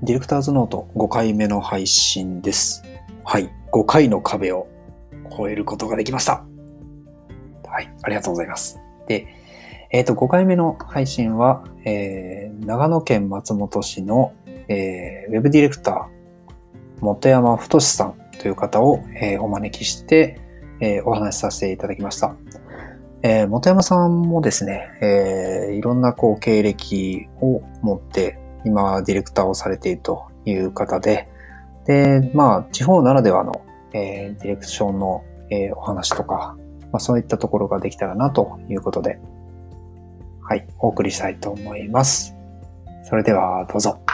ディレクターズノート5回目の配信です。はい、5回の壁を超えることができました。はい、ありがとうございます。で、5回目の配信は、長野県松本市の、ウェブディレクター、本山太さんという方を、お招きして、お話しさせていただきました。本山さんもですね、いろんな経歴を持って今ディレクターをされているという方で、地方ならではの、ディレクションの、お話とか、そういったところができたらなということで、はい、お送りしたいと思います。それではどうぞ。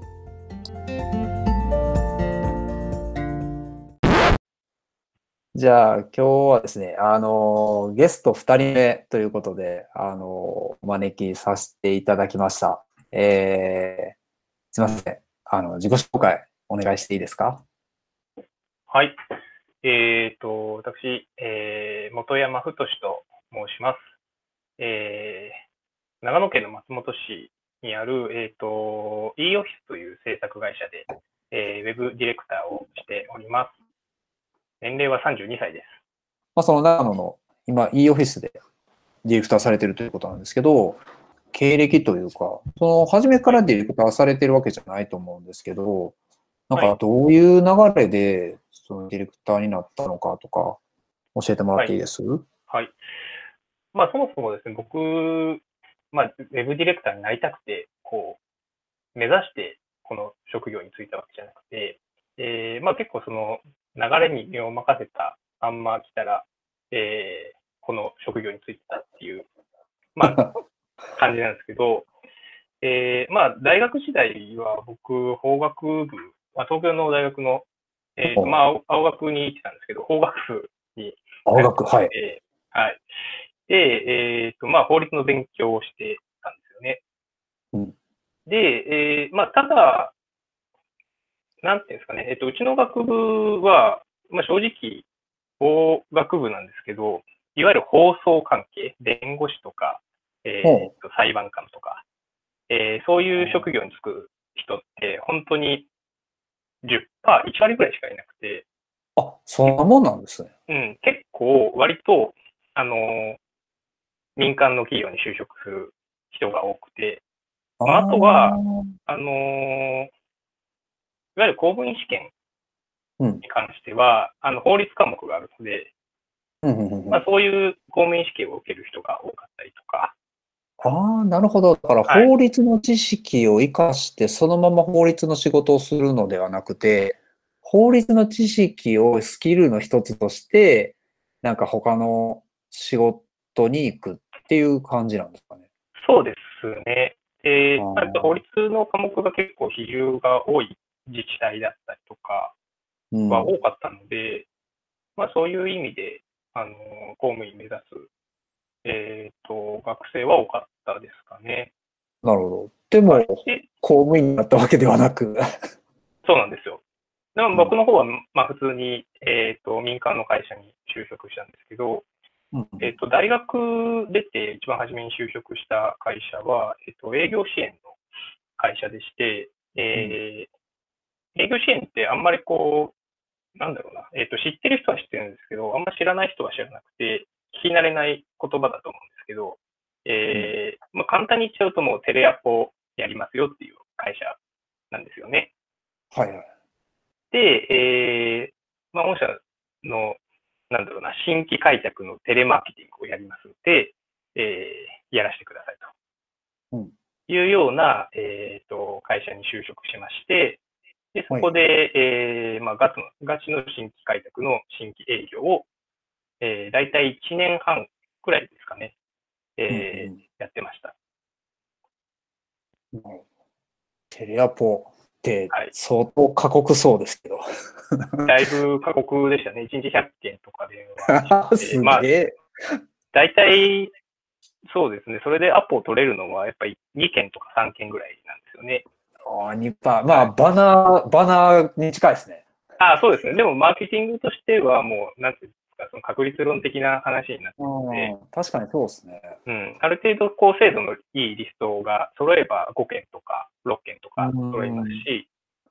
じゃあ今日はですね、ゲスト2人目ということで、お招きさせていただきました。すいません。自己紹介お願いしていいですか？ はい。私、本山太と申します。長野県の松本市にある、e オフィスという制作会社で、ウェブディレクターをしております。年齢は32歳です。 その長野の今 e オフィスでディレクターされてるということなんですけど、経歴というか、初めからディレクターされてるわけじゃないと思うんですけど、なんかどういう流れでそのディレクターになったのかとか教えてもらっていいです？ はい。そもそもですね、僕、ウェブディレクターになりたくて、目指してこの職業に就いたわけじゃなくて、結構その流れに身を任せたまんま来たら、この職業に就いてたっていう、感じなんですけど、大学時代は僕、法学部、東京の大学の、青学に行ってたんですけど、法学部に青学、はい。 はい。で、法律の勉強をしてたんですよね。 うん、 で、ただ、なんていうんですかね、うちの学部は、正直、法学部なんですけど、いわゆる法曹関係、弁護士とか、裁判官とか、そういう職業に就く人って、本当に10%、1割ぐらいしかいなくて。 あ、そんなもんなんですね。 結構、割と、民間の企業に就職する人が多くて、あとは、いわゆる公務員試験に関しては、法律科目があるので、そういう公務員試験を受ける人が多かったりとか。 なるほど。だから法律の知識を生かして、そのまま法律の仕事をするのではなくて、法律の知識をスキルの一つとして、なんか他の仕事に行くっていう感じなんですかね。 そうですね。法律の科目が結構比重が多い自治体だったりとかは多かったので、そういう意味で、公務員目指す、学生は多かったですかね。 なるほど。でも、公務員になったわけではなく。 そうなんですよ。でも僕の方は、普通に、民間の会社に就職したんですけど、大学出て一番初めに就職した会社は、営業支援の会社でして、営業支援ってあんまりなんだろうな、知ってる人は知ってるんですけど、あんま知らない人は知らなくて、聞き慣れない言葉だと思うんですけど、簡単に言っちゃうともうテレアポやりますよっていう会社なんですよね。 はいはい。 で、御社の、新規開拓のテレマーケティングをやりますので、やらせてくださいというような、会社に就職しまして、でそこで、ガチの新規開拓の新規営業を、だいたい1年半くらいですかね、やってました。 テレアポって相当過酷そうですけど。 だいぶ過酷でしたね。1日100件とか電話して。 すげえ。 だいたい、そうですね。それでアポを取れるのはやっぱり2件とか3件ぐらいなんですよね。 バナーに近いですね。 そうですね。でもマーケティングとしてはもう、なんていうんですか、その確率論的な話になっているので、 確かにそうですね。 ある程度精度のいいリストが揃えば5件とか6件とか揃いますし、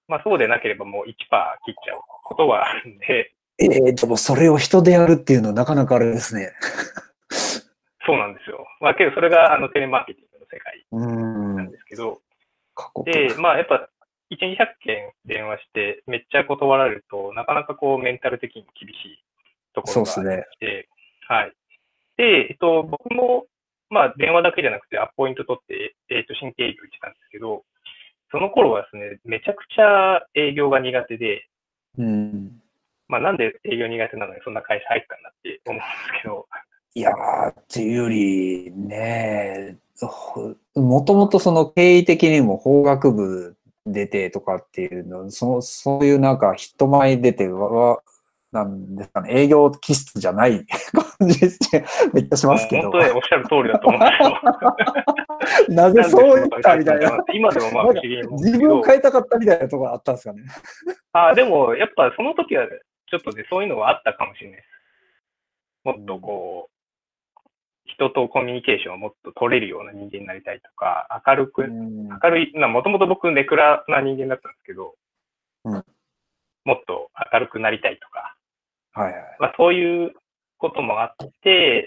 まあそうでなければもう1%切っちゃうことはあるんで。 でもそれを人でやるっていうのはなかなかあれですね。 そうなんですよ。まあけどそれがテレマーケティングの世界なんですけど、で、まあやっぱ1、200件電話してめっちゃ断られると、なかなかこうメンタル的に厳しいところがありまして、はい。で、僕も、まあ電話だけじゃなくてアポイント取って、新規営業行ってたんですけど、その頃はですね、めちゃくちゃ営業が苦手で、まあなんで営業苦手なのにそんな会社入ったんだって思うんですけど。 いやー、っていうよりね、もともとその経緯的にも法学部出てとかっていうの、そういうなんか人前に出てなんですかね、営業気質じゃない感じしてめっちゃしますけど。 本当におっしゃる通りだと思うんですよ。なぜそう言ったみたいな。 今でもまあ不思議に思うんです自けど。 分を変えたかったみたいなところあったんですかね。 でもやっぱその時はちょっとね、そういうのはあったかもしれないです。もっとこう、人とコミュニケーションをもっと取れるような人間になりたいとか、明るい、もともと僕ネクラな人間だったんですけど、もっと明るくなりたいとか、まあそういうこともあって、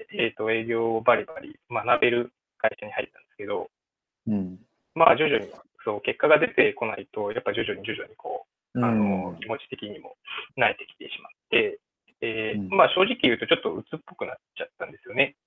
営業をバリバリ学べる会社に入ったんですけど、まあ徐々にそう結果が出てこないと、やっぱ徐々にこう、気持ち的にも慣れてきてしまって、まあ正直言うとちょっと鬱っぽくなっちゃったんですよね。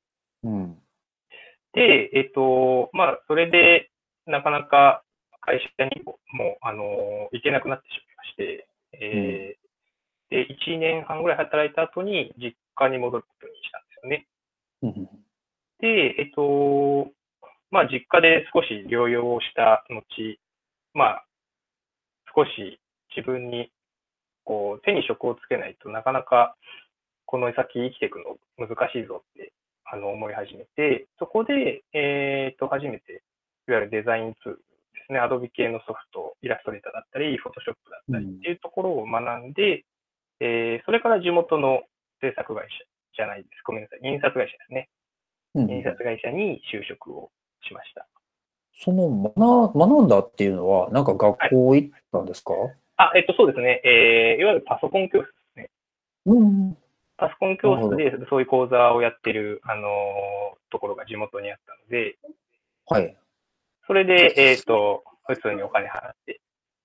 で、まあ、それで、なかなか会社にも、行けなくなってしまいまして、で、1年半ぐらい働いた後に実家に戻ることにしたんですよね。で、まあ、実家で少し療養をした後、まあ、少し自分に、こう、手に職をつけないとなかなかこの先生きていくの難しいぞって思い始めて、そこで、初めて、いわゆるデザインツールですね、Adobe 系のソフト、イラストレーターだったり、Photoshop だったりっていうところを学んで、それから地元の制作会社じゃないです。ごめんなさい。印刷会社ですね。印刷会社に就職をしました。 その学んだっていうのは、なんか学校行ったんですか？ そうですね。いわゆるパソコン教室ですね。パソコン教室でそういう講座をやってる、ところが地元にあったので、 はい。 それで、普通にお金払って、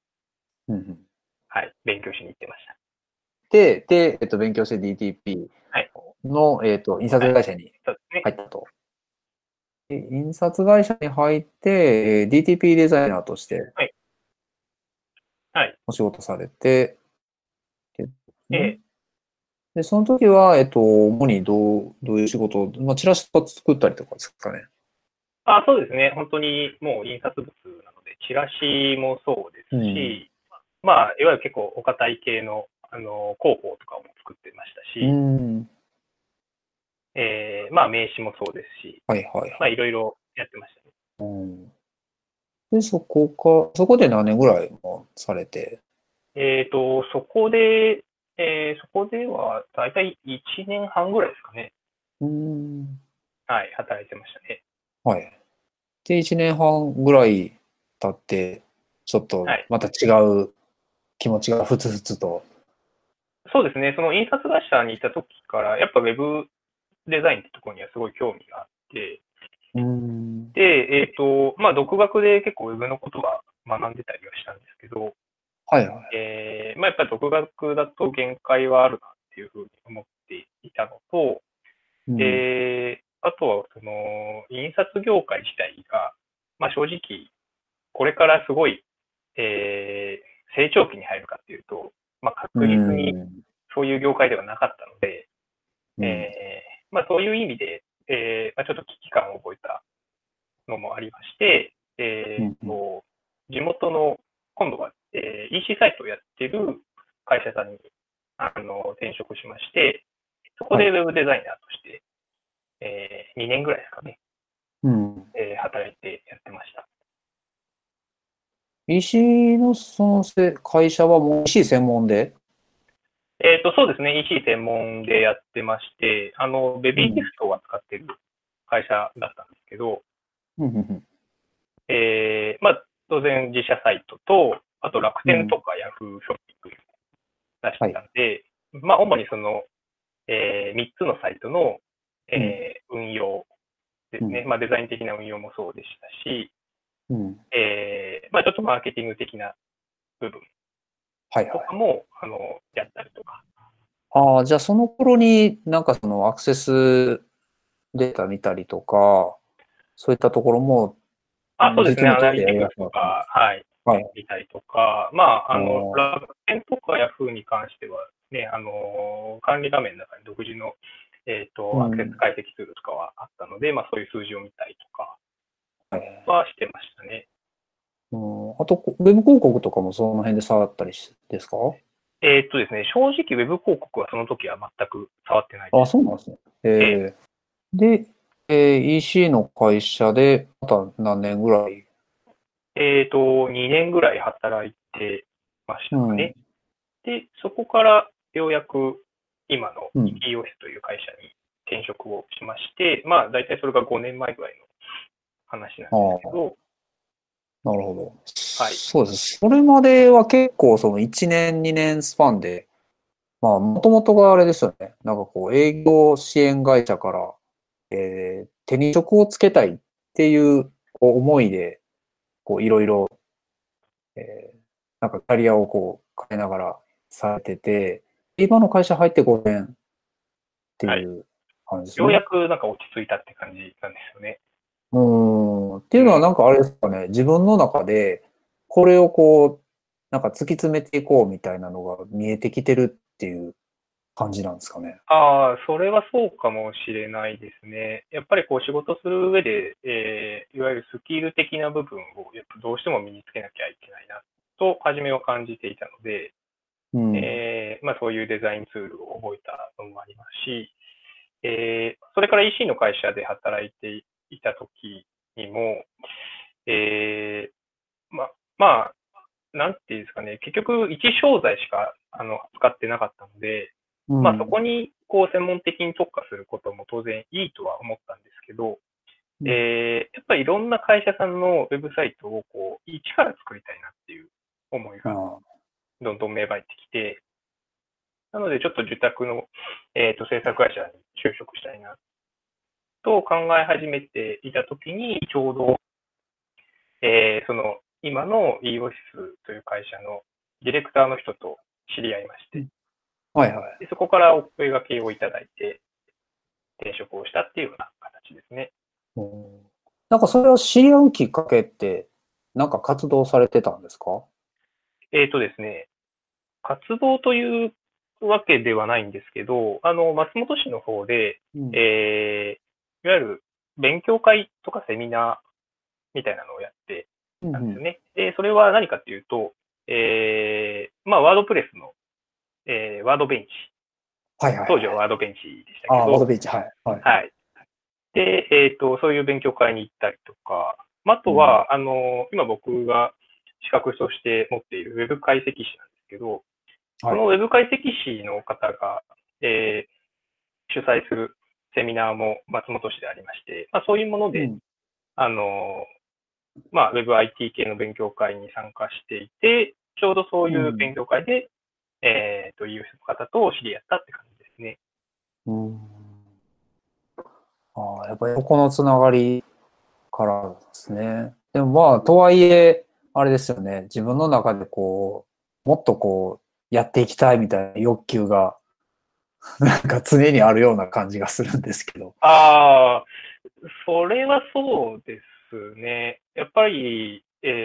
はい、勉強しに行ってました。 で、勉強して DTP の、印刷会社に入ったと。印刷会社に入って、DTP デザイナーとして、お仕事されて、で、その時は、主にどういう仕事、まあ、チラシとか作ったりとかですかね。 そうですね。本当にもう印刷物なので、チラシもそうですし、まあ、いわゆる結構お堅い系の、広報とかも作ってましたし、まあ、名刺もそうですし、まあ、いろいろやってましたね。 で、そこで何年ぐらいもされて？ そこでは、だいたい1年半ぐらいですかね。はい、働いてましたね。 はい。で、1年半ぐらい経って、ちょっとまた違う気持ちがふつふつと。 そうですね。その印刷会社にいた時から、やっぱウェブデザインってところにはすごい興味があって、で、まあ、独学で結構ウェブのことは学んでたりはしたんですけど、まあ、やっぱり独学だと限界はあるなっていうふうに思っていたのと、あとは、印刷業界自体が、まあ、正直、これからすごい、成長期に入るかっていうと、まあ、確実にそういう業界ではなかったので、まあ、そういう意味で、まあ、ちょっと危機感を覚えたのもありまして、地元の、今度は、EC サイトをやってる会社さんに転職しまして、そこでウェブデザイナーとして、2年ぐらいですかね、働いてやってました。 EC のその会社はもう EC 専門で？ そうですね、EC 専門でやってまして、ベビーギフトを扱ってる会社だったんですけど、まあ、当然自社サイトと、 あと楽天とかヤフーショッピング出してたんで、まあ、主にその、3つのサイトの、運用ですね。まあ、デザイン的な運用もそうでしたし、まあ、ちょっとマーケティング的な部分とかも、やったりとか。 ああ、じゃあその頃になんかそのアクセスデータ見たりとか、そういったところも、 そうですね、アナリ実務としてやりティクスとか、はい、見たりとか、まあ、楽天とかヤフーに関しては、ね、管理画面の中に独自の、アクセス解析ツールとかはあったので、まあ、そういう数字を見たりとかはしてましたね。 あと、ウェブ広告とかもその辺で触ったりですか？ ですね、正直、ウェブ広告はその時は全く触ってないです。 あ、そうなんですね。で、EC の会社で、また何年ぐらい 2年ぐらい働いてましたかね。で、そこからようやく今の EOS という会社に転職をしまして、まあ、大体それが5年前ぐらいの話なんですけど。 なるほど。はい。そうです。それまでは結構その1年、2年スパンで、まあ、もともとがあれですよね。なんかこう、営業支援会社から、手に職をつけたいっていうこう思いで、こう、いろいろ、なんかキャリアをこう、変えながらされてて、今の会社入って5年っていう感じですね。 ようやくなんか落ち着いたって感じなんですよね。 っていうのはなんかあれですかね、自分の中で、これをこう、なんか突き詰めていこうみたいなのが見えてきてるっていう感じなんですかね。 それはそうかもしれないですね。やっぱりこう仕事する上で、いわゆるスキル的な部分をやっぱどうしても身につけなきゃいけないなと、初めは感じていたので、まあそういうデザインツールを覚えたのもありますし、それから EC の会社で働いていた時にも、まあ、なんていうんですかね、結局一商材しか使ってなかったので、まあそこにこう専門的に特化することも当然いいとは思ったんですけど、やっぱりいろんな会社さんのウェブサイトをこう一から作りたいなっていう思いがどんどん芽生えてきて、なのでちょっと受託の、制作会社に就職したいなと考え始めていたときに、ちょうど、その今の EOS という会社のディレクターの人と知り合いまして、でそこからお声掛けをいただいて転職をしたっていうような形ですね。 なんかそれを知り合うきっかけって、なんか活動されてたんですか？ ですね、活動というわけではないんですけど、松本市の方で、いわゆる勉強会とかセミナーみたいなのをやってたんですよね。で、それは何かっていうと、まあ、ワードプレスの、ワードベンチ。当時はワードベンチでしたけど。 ワードベンチ、はい。 で、そういう勉強会に行ったりとか、あとは、今僕が資格として持っているウェブ解析士なんですけど、このウェブ解析士の方が、主催するセミナーも松本市でありまして、まあ、そういうもので、まあ、WebIT 系の勉強会に参加していて、ちょうどそういう勉強会で、有志の方と知り合ったって感じですね。 やっぱり横のつながりからですね。でもまあ、とはいえ、あれですよね。自分の中でこう、もっとこう、やっていきたいみたいな欲求が、なんか常にあるような感じがするんですけど。 それはそうですね。やっぱり、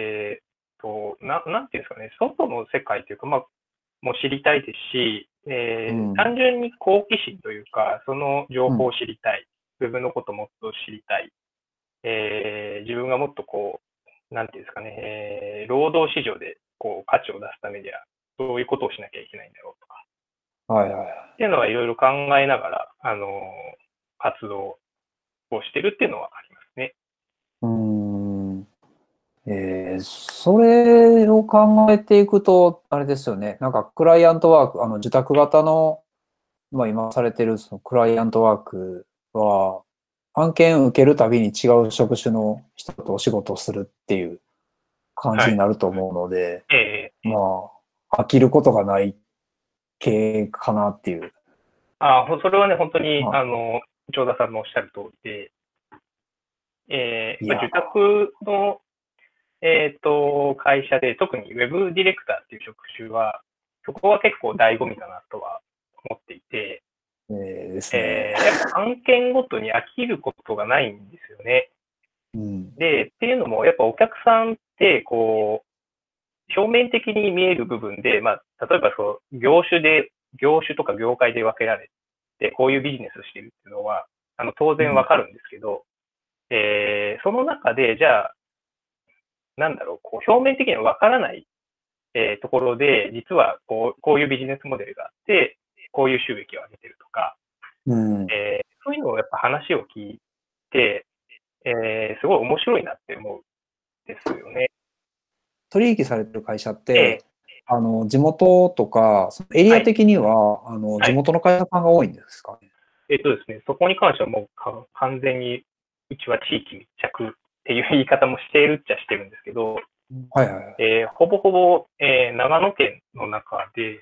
なんていうんですかね、外の世界というか、まあ、もう知りたいですし、単純に好奇心というか、その情報を知りたい。ウェブのこともっと知りたい。自分がもっとこう、なんていうんですかね、労働市場でこう価値を出すためには、どういうことをしなきゃいけないんだろうとか。っていうのはいろいろ考えながら、活動をしてるっていうのはありますね。 それを考えていくと、あれですよね。なんかクライアントワーク、受託型の、まあ今されてるそのクライアントワークは、案件受けるたびに違う職種の人とお仕事をするっていう感じになると思うので、 まあ、飽きることがない系かなっていう。 それはね、本当に、 まあ、 長田さんのおっしゃる通りで、 いや、 受託の、会社で、特にウェブディレクターっていう職種は、そこは結構醍醐味かなとは思っていて、 ですね。 やっぱ案件ごとに飽きることがないんですよね。 うん。 で、っていうのも、やっぱお客さんって、こう、表面的に見える部分で、まあ、例えばそう、業種とか業界で分けられて、こういうビジネスをしているっていうのは、当うん。 然わかるんですけど、その中で、じゃあ、なんだろう、こう表面的にはわからない、ところで、実はこういうビジネスモデルがあって、こういう収益を上げてるとか、 うん。 そういうのをやっぱ話を聞いて、すごい面白いなって思うんですよね。 取引されてる会社っええ、 て、地元とか、そのエリはい、 ア的には、地はい。 元の会社さんが多いんですかね。 ですね、そこに関してはもう完全に、うちは地域密着っていう言い方もしているっちゃしてるんですけど、 はいはいはい。 ほぼほぼ、長野県の中で、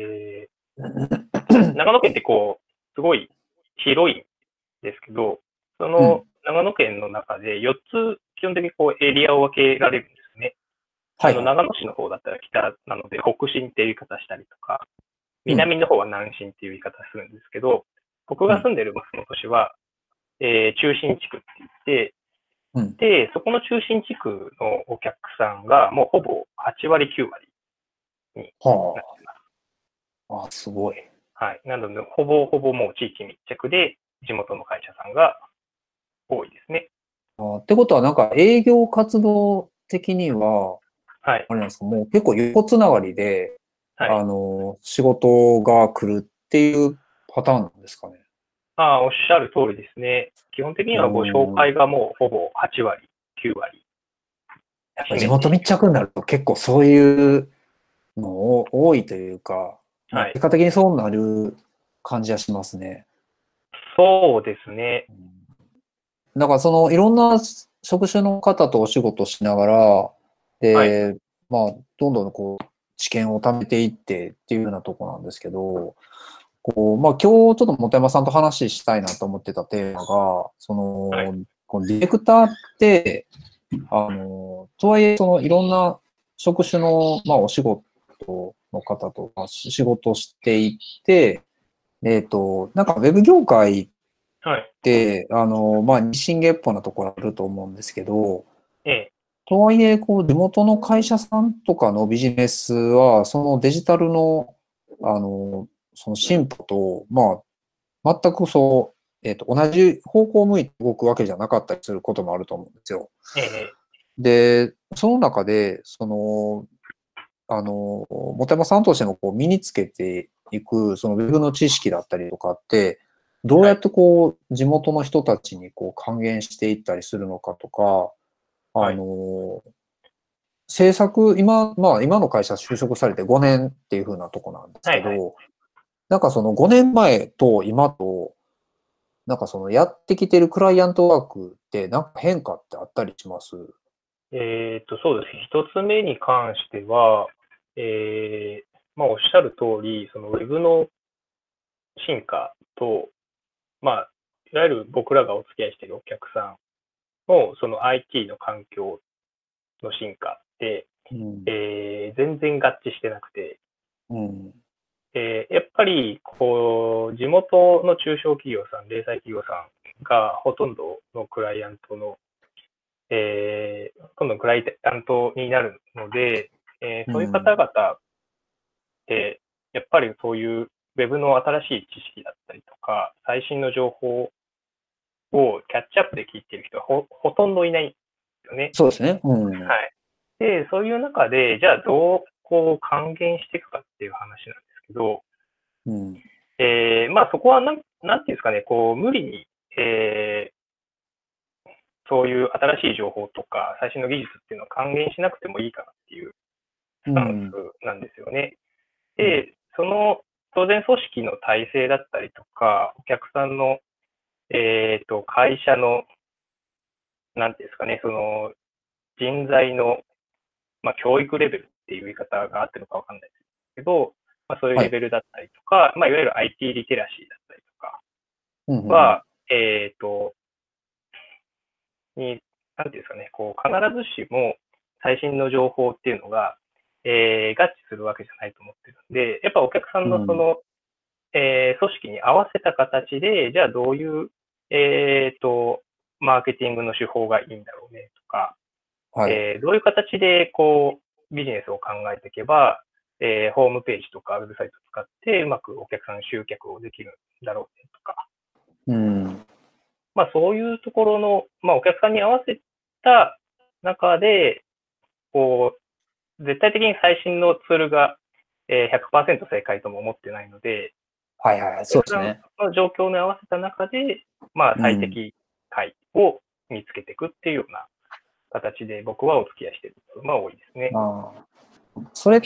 長野県ってこう、すごい広いんですけど、そのうん。 長野県の中で4つ基本的にこうエリアを分けられるんですね。 はいはい。 長野市の方だったら北なので北進っていう言い方したりとか、 うん。 南の方は南進っていう言い方するんですけど、僕うん。 が住んでる松本市は、中心地区って言って、 うん。 で、そこの中心地区のお客さんがもうほぼ8割、9割になってはいます。 あ。あ、すごい。 はい。なので、ほぼほぼもう地域密着で地元の会社さんが多いですね。 ってことは、なんか営業活動的には、 はい。 あれなんですか、もう結構横つながりで、 はい。 仕事が来るっていうパターンなんですかね。 おっしゃる通りですね。基本的にうはご紹ーん。 介がもうほぼ8割、9割やっぱ地占めている。 元密着になると結構そういうの多いというか、まあはい。 結果的にそうなる感じはしますね。 そうですね。 だからそのいろんな職種の方とお仕事しながら、 はい。 で、まあ、どんどんこう、知見を貯めていってっていうようなとこなんですけど、まあ今日ちょっと本山さんと話したいなと思ってたテーマが、 はい。 このディレクターって、とはいえ、そのいろんな職種の、まあお仕事の方と、まあ、仕事をしていって、なんかウェブ業界はい。 で、まあ、日進月歩なところあると思うんですけど、 ええ。 とはいえ、こう、地元の会社さんとかのビジネスは、そのデジタルの、その進歩と、まあ、全くそう、同じ方向を向いて動くわけじゃなかったりすることもあると思うんですよ。 ええ。 で、その中で、本山さんとしてのこう身につけていく、そのウェブの知識だったりとかって、どうはい。 やってこう、地元の人たちにこう還元していったりするのかとか、あはい。 の、まあ今の会社就職されて5年っていう風なとこなんですはい。はい。 けど、なんかその5年前と今と、なんかそのやってきてるクライアントワークってなんか変化ってあったりします？ そうです。一つ目に関しては、まあ、おっしゃる通り、そのウェブの進化と、まあ、いわゆる僕らがお付き合いしているお客さんのその IT の環境の進化って、 うん。 全然合致してなくて、 うん。 やっぱり、こう、地元の中小企業さん、零細企業さんがほとんどのクライアントの、ほとんどのクライアントになるので、そういう方うん。 々って、やっぱりそういうウェブの新しい知識だったりとか、最新の情報をキャッチアップで聞いている人はほとんどいないんですよね。 そうですね。うん。 はい。で、そういう中で、じゃあどうこう還元していくかっていう話なんですけど、 うん。 まあそこはなんていうんですかね、こう無理に、えそういう新しい情報とか最新の技術っていうのを還元しなくてもいいかなっていうスタンうん。 スなんですよね。 うん。 で、その当然組織の体制だったりとか、お客さんの、会社の、なんていうんですかね、その人材の、まあ、教育レベルっっていう言い方があってるのかわかんないですけど、まあ、そういうレベルだったりとか、まあ、いわゆる IT リテラシーだったりとかは、なんていうんですかね、こう、必ずしも最新の情報っていうのが、合致するわけじゃないと思ってるんで、やっぱお客さんのその、組織に合わせた形で、じゃあどういう、マーケティングの手法がいいんだろうねとか、どういう形でこうビジネスを考えていけば、ホームページとかウェブサイトを使ってうまくお客さん集客をできるんだろうねとか、まあそういうところの、まあお客さんに合わせた中で、こう、絶対的に最新のツールが100% 正解とも思ってないので、 そうですね。 その状況に合わせた中で、まあ最適解を見つけていくっていうような形で僕はお付き合いしていることが多いですね。 それって、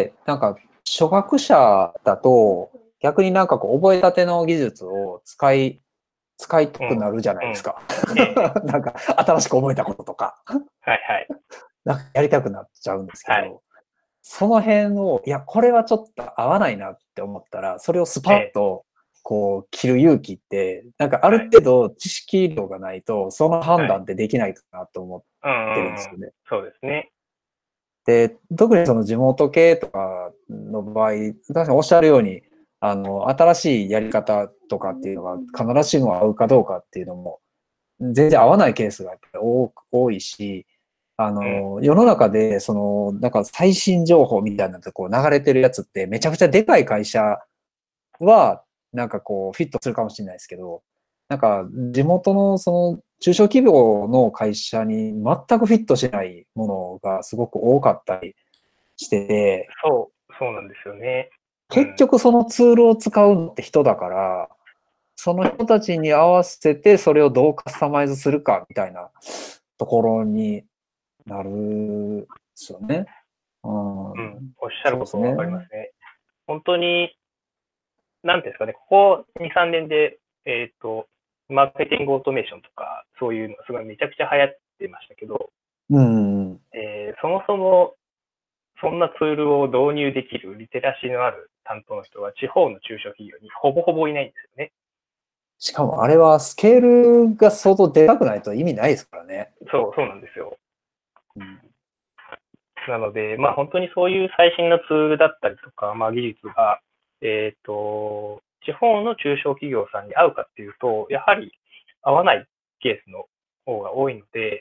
なんか初学者だと逆になんかこう覚えたての技術を使いたくなるじゃないですか。なんか新しく覚えたこととか。なんかやりたくなっちゃうんですけど、その辺を、いや、これはちょっと合わないなって思ったら、それをスパッとこう切る勇気って、なんかある程度知識量がないと、その判断ってできないかなと思ってるんですよね。 そうですね。 で、特にその地元系とかの場合、確かにおっしゃるように、新しいやり方とかっていうのが必ずしも合うかどうかっていうのも、全然合わないケースがやっぱり多いし、世の中で、なんか最新情報みたいなのでこう流れてるやつってめちゃくちゃでかい会社は、なんかこうフィットするかもしれないですけど、なんか地元のその中小企業の会社に全くフィットしないものがすごく多かったりしてて、 そうなんですよね。 結局そのツールを使うのって人だから、その人たちに合わせてそれをどうカスタマイズするかみたいなところになるんですよね。 おっしゃることわかりますね。本当に、なんていうんですかね、ここ2、3年で、マーケティングオートメーションとか、そういうのがすごいめちゃくちゃ流行ってましたけど、そもそもそんなツールを導入できるリテラシーのある担当の人は地方の中小企業にほぼほぼいないんですよね。 しかもあれはスケールが相当でかくないと意味ないですからね。 そうなんですよ。なので、まあ本当にそういう最新のツールだったりとか、まあ技術が、地方の中小企業さんに合うかっていうと、やはり合わないケースの方が多いので、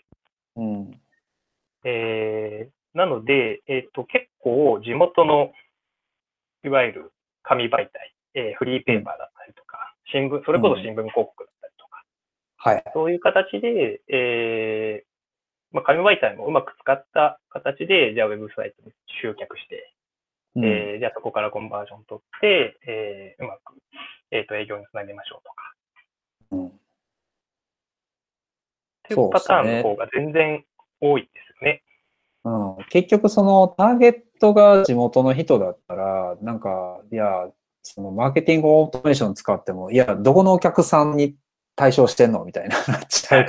なので、結構地元のいわゆる紙媒体、フリーペーパーだったりとか、新聞、それこそ新聞広告だったりとか、そういう形で、まあ、紙媒体もうまく使った形で、じゃあウェブサイトに集客して、じゃあそこからコンバージョン取って、うまく、営業につなげましょうとか。っていうパターンの方が全然多いですよね。 結局そのターゲットが地元の人だったら、なんか、いや、そのマーケティングオートメーション使っても、いや、どこのお客さんに対象してんのみたいななっちゃうから。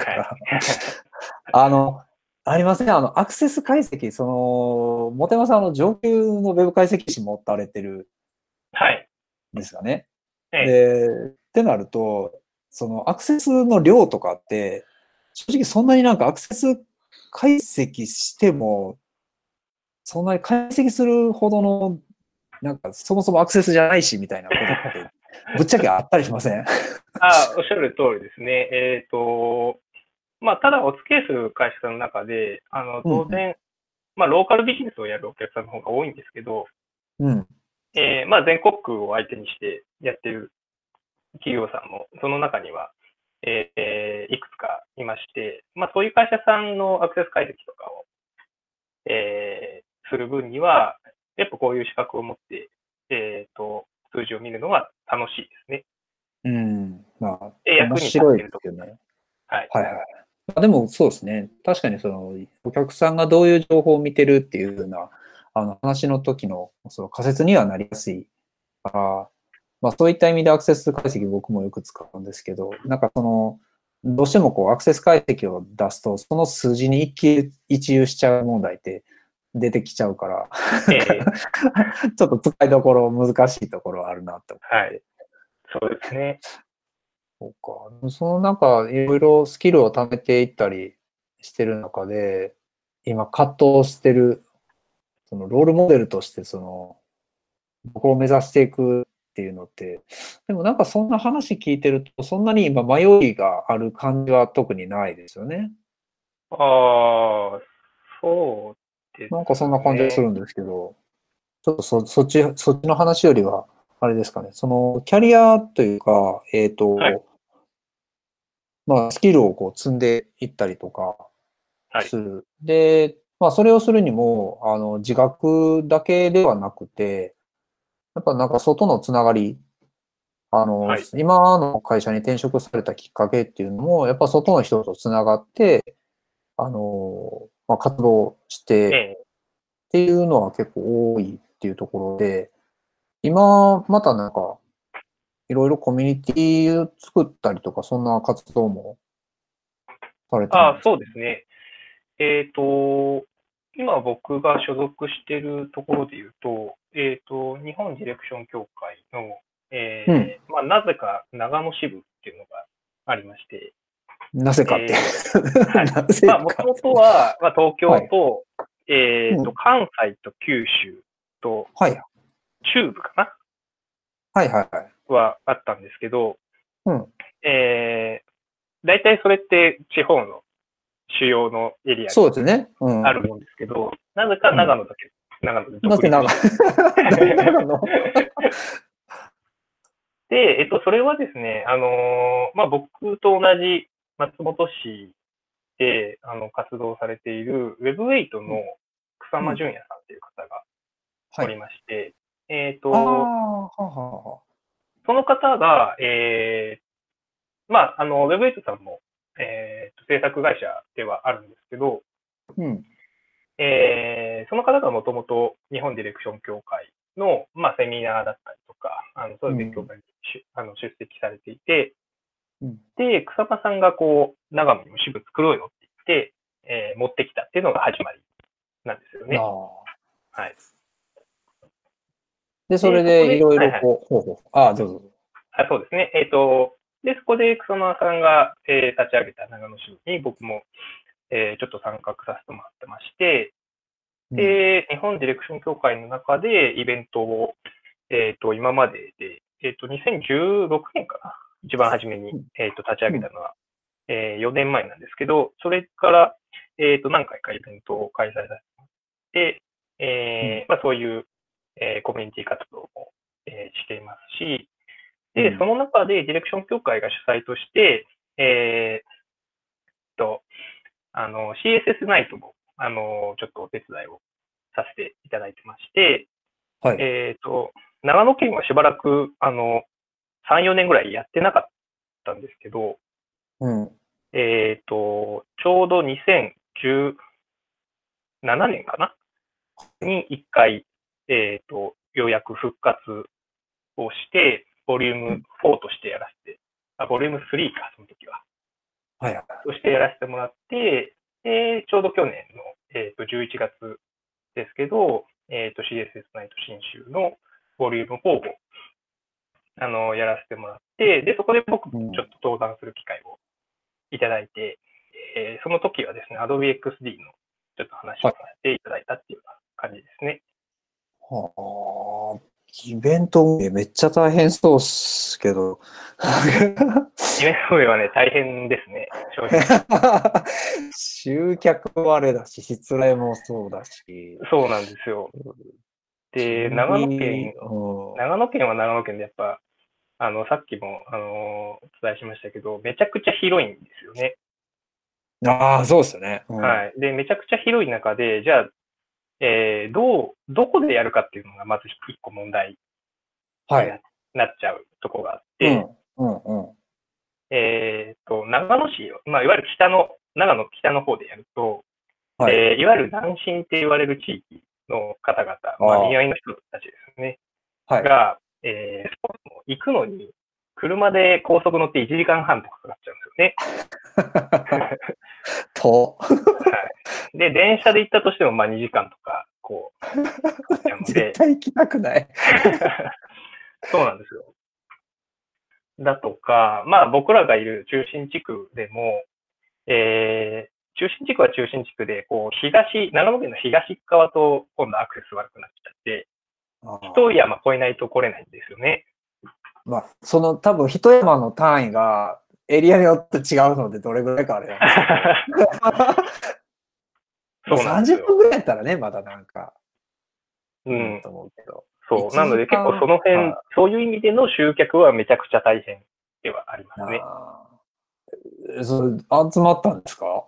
ありません。アクセス解析、本山さん上級のウェブ解析士持たれてるんですかね。で、ってなると、そのアクセスの量とかって、正直そんなになんかアクセス解析しても、そんなに解析するほどの、なんかそもそもアクセスじゃないし、みたいなことって、ぶっちゃけあったりしません？ おっしゃる通りですね。まあ、ただお付き合いする会社さんの中で、当然、まあ、ローカルビジネスをやるお客さんの方が多いんですけど、まあ、全国区を相手にしてやってる企業さんも、その中には、いくつかいまして、まあ、そういう会社さんのアクセス解析とかを、する分には、やっぱこういう資格を持って、数字を見るのが楽しいですね。 まあ、面白いですよね。でもそうですね。確かにお客さんがどういう情報を見てるっていうような話の時の仮説にはなりやすいから、まあそういった意味でアクセス解析僕もよく使うんですけど、なんかどうしてもアクセス解析を出すと、その数字に一喜一憂しちゃう問題って出てきちゃうから、 ええ、 ちょっと使いどころ難しいところはあるなって思はい。 って。 そうですね。 そうか。そのなんかいろいろスキルを貯めていったりしてる中で、今葛藤してる、そのロールモデルとして僕を目指していくっていうのって、でもなんかそんな話聞いてると、そんなに今迷いがある感じは特にないですよね。 ああ、そうでなんかそんなすね。 感じがするんですけど、ちょっとそっちの話よりは、あれですかね、そのキャリアというか、 はい、 まあ、スキルをこう積んでいったりとかはい、 する。で、まあ、それをするにも、自学だけではなくて、やっぱなんか外のつながり、 はい。 今の会社に転職されたきっかけっていうのも、やっぱ外の人とつながって、まあ、活動してええ。 っていうのは結構多いっていうところで、今、またなんか、いろいろコミュニティを作ったりとか、そんな活動もされてるああ、 んですか？ そうですね。今僕が所属しているところで言うと、日本ディレクション協会の、 うん。 まあ、なぜか長野支部っていうのがありまして、 なぜかって。 えはい。 なぜまあ、もとか。 もとは、まあ、東はい。 京と、 うん。 関西と九州とはい。 中部かなはいはいはい。 はあったんですけど、 うん。 大体それって地方の主要のエリアにそうですね。うん。 あるもんですけど、なぜかうん。 長野でなぜ長、 独立して。 なんで長野？ で、それはですね、まあ、僕と同じ松本市で、活動されている Web8 のうん。 草間うん。 淳也さんという方がはい。 おりまして、 ああ、はあはあはあ。 その方が、まあ、Web8 さんも、制作会社ではあるんですけど、 うん。 その方がもともと日本ディレクション協会の、まあ、セミナーだったりとか、そういう勉強うん。 会に出席されていて、 うん。 で、草間さんがこう、長野にも支部作ろうよって言って、持ってきたっていうのが始まりなんですよあね。 あ。 はい。 で、そで、 れそこで、 でいろいはいはい。 ろこう、ほうほう。ああ、どうぞ。 あ、そうですね。で、そこで草間さんが、立ち上げた長野支部に僕も、ちょっと参画させてもらってまして、 うん。 で、日本ディレクション協会の中でイベントを、今までで、2016年かな。一番初めに、 うん。 立ち上うん。 げたのは、4年前なんですけど、それから、何回かイベントを開催させてもらって、 うん。 まあ、そういう、コミュニティ活動も、していますし、で、そうん。 の中でディレクション協会が主催として、と、CSS ナイトも、ちょっとお手伝いをさせていただいてまして、 はい。 えっと、長野県はしばらく、3、4年ぐらいやってなかったんですけど、 うん。 ちょうど2017年かなに1回、ようやく復活をして、ボリュームうん。 4としてやらせて、ボリューム3か、その時は。 はいはい。 としてやらせてもらって、で、ちょうど去年の、11月ですけど、CSS ナイト新州のボリューム4を、やらせてもらって、で、そこで僕もうん。 ちょっと登壇する機会をいただいて、その時はですね、Adobe XD のちょっと話をさはい。 せていただいたっていうような感じですね。 はあ、イベント運営めっちゃ大変そうっすけど。 イベント運営はね、大変ですね、正直。 集客もあれだし、失礼もそうだし、 そうなんですよ。で、 準備、 長野県は長野県でやっぱ、さっきも、お伝えしましたけど、めちゃくちゃ広いんですよね。 ああ、そうですよね。うん。 はい。で、めちゃくちゃ広い中で、じゃあ、どこでやるかっていうのがまず一個問題にはい。 なっちゃうところがあっうん。 て、 うん。うん。 長野市、まあ、いわゆる長野北の方でやると、 はい。 いわゆる南進って言われる地域の方々、 あまあ、民あ、 合の人たちですね、 はい。 が、そもそも行くのに、 車で高速乗って1時間半とかかかっちゃうんですよね。 と。 はい。で、電車で行ったとしても、まあ2時間とか、こう、かかっちゃうの絶で。 対行きたくない。 そうなんですよ。だとか、まあ僕らがいる中心地区でも、中心地区は中心地区で、こう、長野県の東側と今度アクセス悪くなっちゃって、一山越えないと来れないんですよね。 まあ、その多分一山の単位がエリアによって違うのでどれぐらいかあれなんですけど。 そうなんですよ。 30分ぐらいやったらね、まだなんか、 うん。 と思うけど。 そう。なので結構そ 1 の辺、そういう意味での集客はめちゃくちゃ大変ではありますね。 それ、集まったんですか？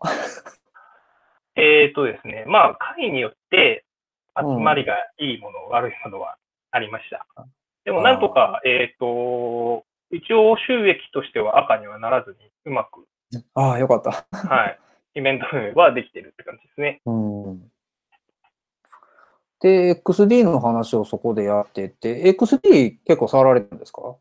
ですね。まあ、会によって集まりがいいもの、悪いものはありました。でもなんとか、一応収益としては赤にはならずにうまく。 ああ、よかった。 はい。イベント運営はできてるって感じですね。 で、XD の話をそこでやってて、XD 結構触られてるんですか？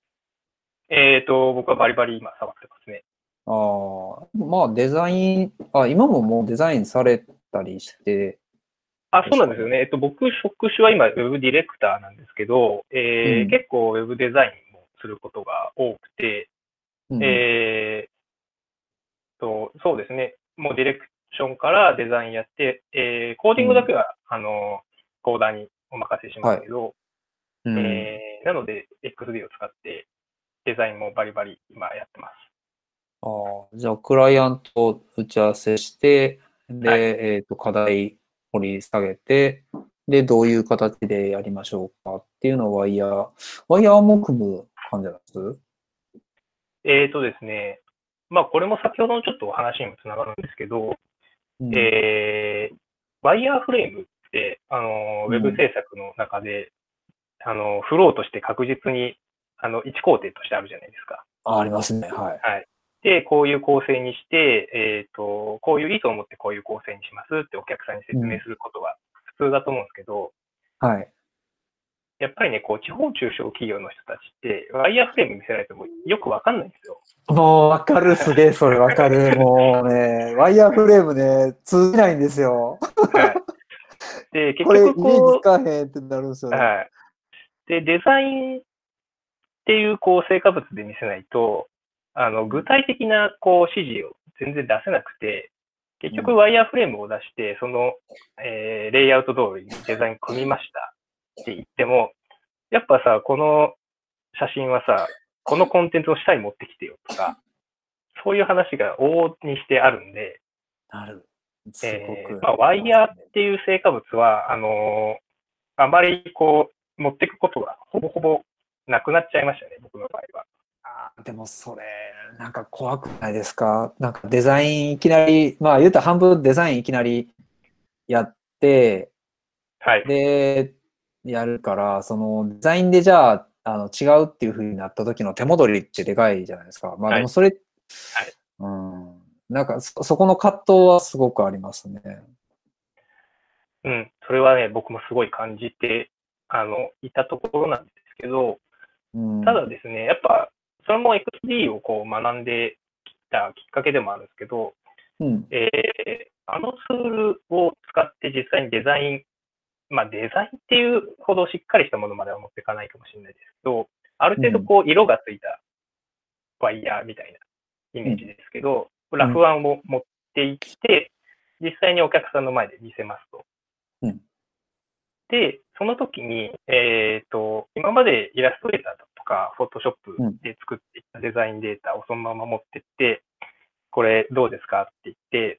僕はバリバリ今触ってますね。 まあデザイン、今ももうデザインされたりして。 そうなんですよね。僕、職種は今、ウェブディレクターなんですけど、結構ウェブデザインもすることが多くて、そうですね。もうディレクションからデザインやって、コーディングだけは、コーダーにお任せしますけど、なので、XD を使ってデザインもバリバリ今やってます。 じゃあ、クライアントと打ち合わせして、で、課題掘り下げて、で、どういう形でやりましょうかっていうのをワイヤーも組む感じなんです？ ですね。まあ、これも先ほどのちょっとお話にもつながるんですけど、ワイヤーフレームって、ウェブ制作の中で、フローとして確実に、1工程としてあるじゃないですか。 ありますね。はい。 はい。で、こういう構成にして、こういう意図を持ってこういう構成にしますってお客さんに説明することは普通だと思うんですけど、 はい。 やっぱりね、こう、地方中小企業の人たちって、ワイヤーフレーム見せられてもよくわかんないんですよ。 もうわかる、すげえ、それわかる。もうね、ワイヤーフレームね、通じないんですよ。 はい。で、結これ、イ局メージつこかへんってなるんですよう、 ね。 はい。で、デザインっていうこう成果物で見せないと、具体的なこう指示を全然出せなくて、結局ワイヤーフレームを出して、その、レイアウト通りにデザイン組みましたって言っても、やっぱさ、この写真はさ、このコンテンツの下に持ってきてよとか、そういう話が往々にしてあるんで、 すごく。 まあ、ワイヤーっていう成果物は、あまりこう、持っていくことがほぼほぼなくなっちゃいましたね、僕の場合は。 でもそれ、なんか怖くないですか？なんかデザインいきなり、まあ言うたら半分デザインいきなりやって、 はい。 で、やるから、そのデザインでじゃあ、違うっていう風になった時の手戻りってでかいじゃないですか。まあでもそれ、 はい。 なんかそこの葛藤はすごくありますね。 うん。それはね、僕もすごい感じて、いたところなんですけど、ただですね、やっぱ、それも XD をこう学んできたきっかけでもあるんですけど、あのツールを使って実際にデザイン、まあデザインっていうほどしっかりしたものまでは持っていかないかもしれないですけど、ある程度こう色がついたワイヤーみたいなイメージですけど、ラフ案を持っていって、実際にお客さんの前で見せますと。で、その時に、今までイラストレーターとか、フォトショップで作っていったデザインデータをそのまま持ってって、これどうですかって言って、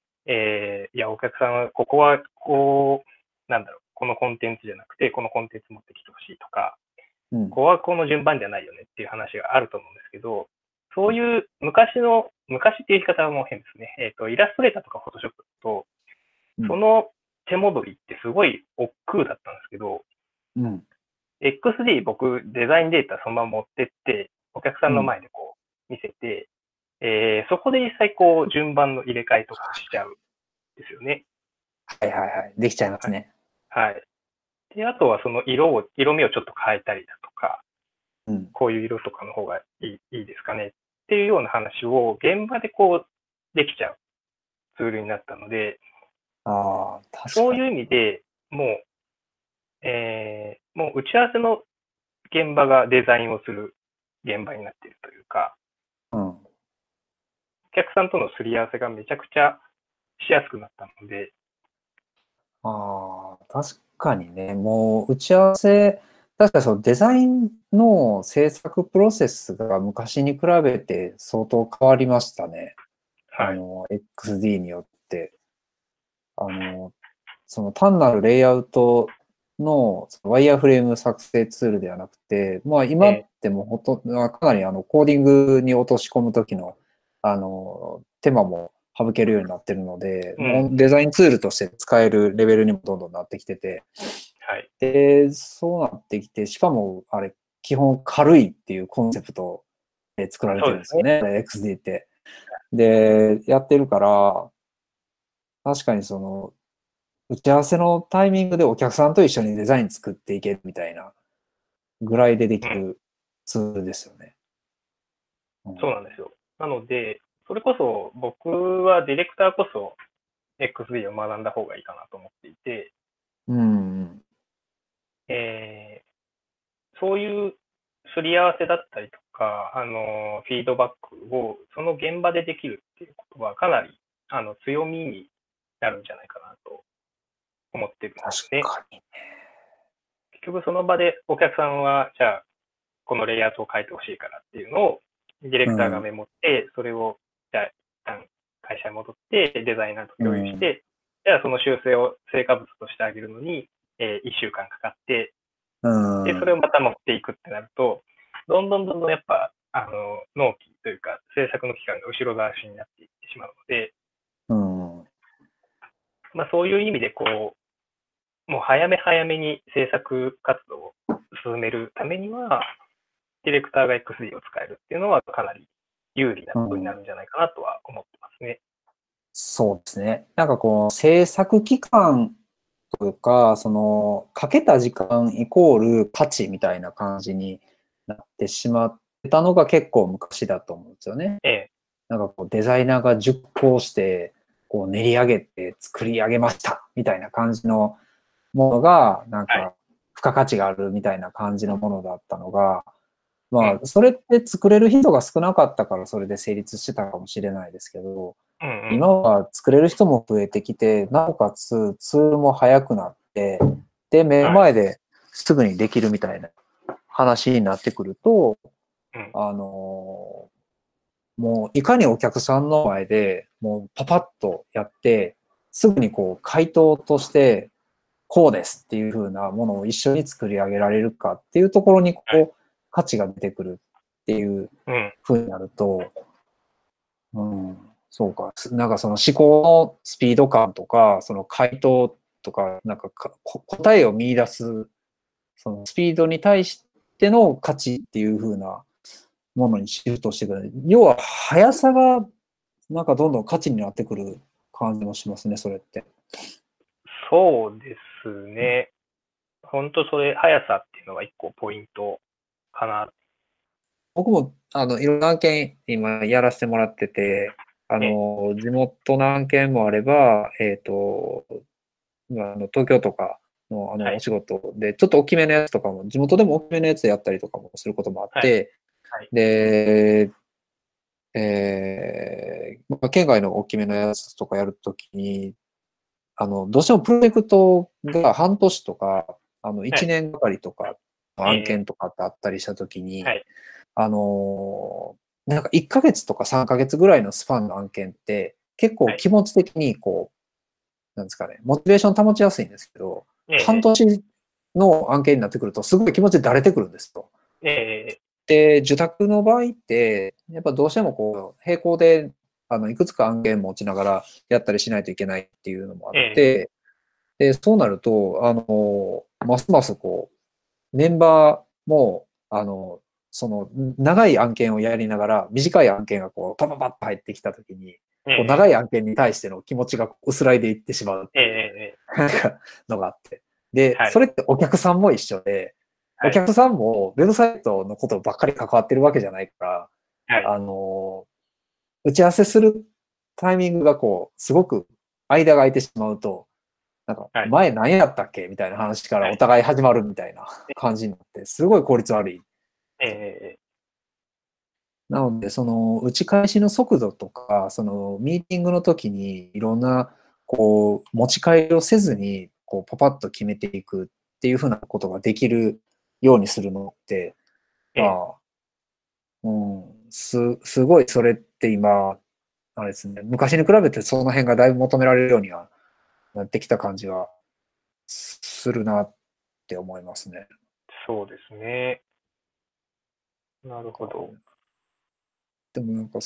いや、お客さんは、ここは、こう、なんだろう、このコンテンツじゃなくて、このコンテンツ持ってきてほしいとか、ここはこの順番じゃないよねっていう話があると思うんですけど、そういう昔っていう言い方はもう変ですね。イラストレーターとかフォトショップと、その手戻りってすごい億劫だったんですけど、XD 僕デザインデータそのまま持ってって、お客さんの前でこう見せて、そこで実際こう順番の入れ替えとかしちゃうんですよね。 はいはいはい。できちゃいますね。 はい。で、あとはその色味をちょっと変えたりだとか、 こういう色とかの方がいいですかねっていうような話を現場でこうできちゃうツールになったので、 ああ、確かに。 そういう意味でもう、もう打ち合わせの現場がデザインをする現場になっているというか、お客さんとのすり合わせがめちゃくちゃしやすくなったので。 ああ、確かにね、もう打ち合わせ、確かにそのデザインの制作プロセスが昔に比べて相当変わりましたね。 はい。 XD によって。その単なるレイアウトのワイヤーフレーム作成ツールではなくて、まあ今ってもかなりコーディングに落とし込むときの、手間も省けるようになってるので、もうデザインツールとして使えるレベルにもどんどんなってきてて、 はい。 で、そうなってきて、しかもあれ、基本軽いっていうコンセプトで作られてるんですよね、XD って。で、やってるから、確かにその、打ち合わせのタイミングでお客さんと一緒にデザイン作っていけるみたいなぐらいでできるツールですよね。 そうなんですよ。なので、それこそ僕はディレクターこそ XD を学んだ方がいいかなと思っていて、そういうすり合わせだったりとか、フィードバックをその現場でできるっていうことはかなり強みになるんじゃないかなと思ってるんですね。 確かに。 結局その場でお客さんは、じゃあこのレイアウトを変えてほしいからっていうのをディレクターがメモって、それをじゃあ一旦会社に戻ってデザイナーと共有して、じゃあその修正を成果物としてあげるのに、1週間かかって、で、それをまた持っていくってなると、どんどんやっぱ、納期というか、制作の期間が後ろ倒しになっていってしまうので、まあそういう意味でこう、もう早めに制作活動を進めるためには、ディレクターが XD を使えるっていうのはかなり有利なことになるんじゃないかなとは思ってますね。 そうですね。なんかこう、制作期間というか、その、かけた時間イコール価値みたいな感じになってしまってたのが結構昔だと思うんですよね。なんかこう、デザイナーが熟考して、こう練り上げて作り上げましたみたいな感じのものが、なんか、付加価値があるみたいな感じのものだったのが、まあ、それって作れる人が少なかったからそれで成立してたかもしれないですけど、今は作れる人も増えてきて、なおかつツールも速くなって、で、目の前ですぐにできるみたいな話になってくると、もういかにお客さんの前でもうパパッとやって、すぐにこう回答としてこうですっていう風なものを一緒に作り上げられるかっていうところにこう価値が出てくるっていう風になると、そうか。なんかその思考のスピード感とか、その回答とか、なんか答えを見出す、そのスピードに対しての価値っていう風なものにシフトしてくる。要は速さがなんかどんどん価値になってくる感じもしますね、それって。 そうですね。本当それ、速さっていうのが一個ポイントかな。 僕もいろんな案件今やらせてもらってて、地元の案件もあれば、東京とかのお仕事で、ちょっと大きめのやつとかも、地元でも大きめのやつやったりとかもすることもあって、で、県外の大きめのやつとかやるときに、どうしてもプロジェクトが半年とか、1年がかりとかの案件とかってあったりしたときに、なんか1ヶ月とか3ヶ月ぐらいのスパンの案件って、結構気持ち的にこう、なんですかね、モチベーション保ちやすいんですけど、半年の案件になってくると、すごい気持ちだれてくるんですと。で、受託の場合って、やっぱどうしてもこう、並行で、いくつか案件持ちながらやったりしないといけないっていうのもあって、で、そうなると、ますますこう、メンバーも、その、長い案件をやりながら、短い案件がこう、パパパッと入ってきたときに、こう長い案件に対しての気持ちが薄らいでいってしまうっていう、のがあって。で、それってお客さんも一緒で、 お客さんもウェブサイトのことばっかり関わってるわけじゃないから、 はい。 打ち合わせするタイミングがこう、すごく間が空いてしまうと、なんか、 はい。 前何やったっけみたいな話からはい。 お互い始まるみたいな感じになって、すごい効率悪い。 えなので、その打ち返しの速度とか、そのミーティングの時にいろんな、こう、持ち帰りをせずに、こう、パパッと決めていくっていうふうなことができるようにするのって、 ー、えまあ、すごいそれって今、あれですね、昔に比べてその辺がだいぶ求められるようにはなってきた感じはするなって思いますね。 そうですね。なるなんかほど。 でもなんか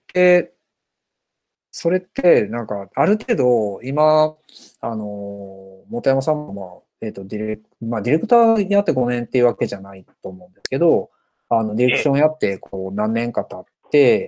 それってなんかある程度今、本山さんも、ディレクターやって5年っていうわけじゃないと思うんですけど、ディレクションやってこう何年か経って、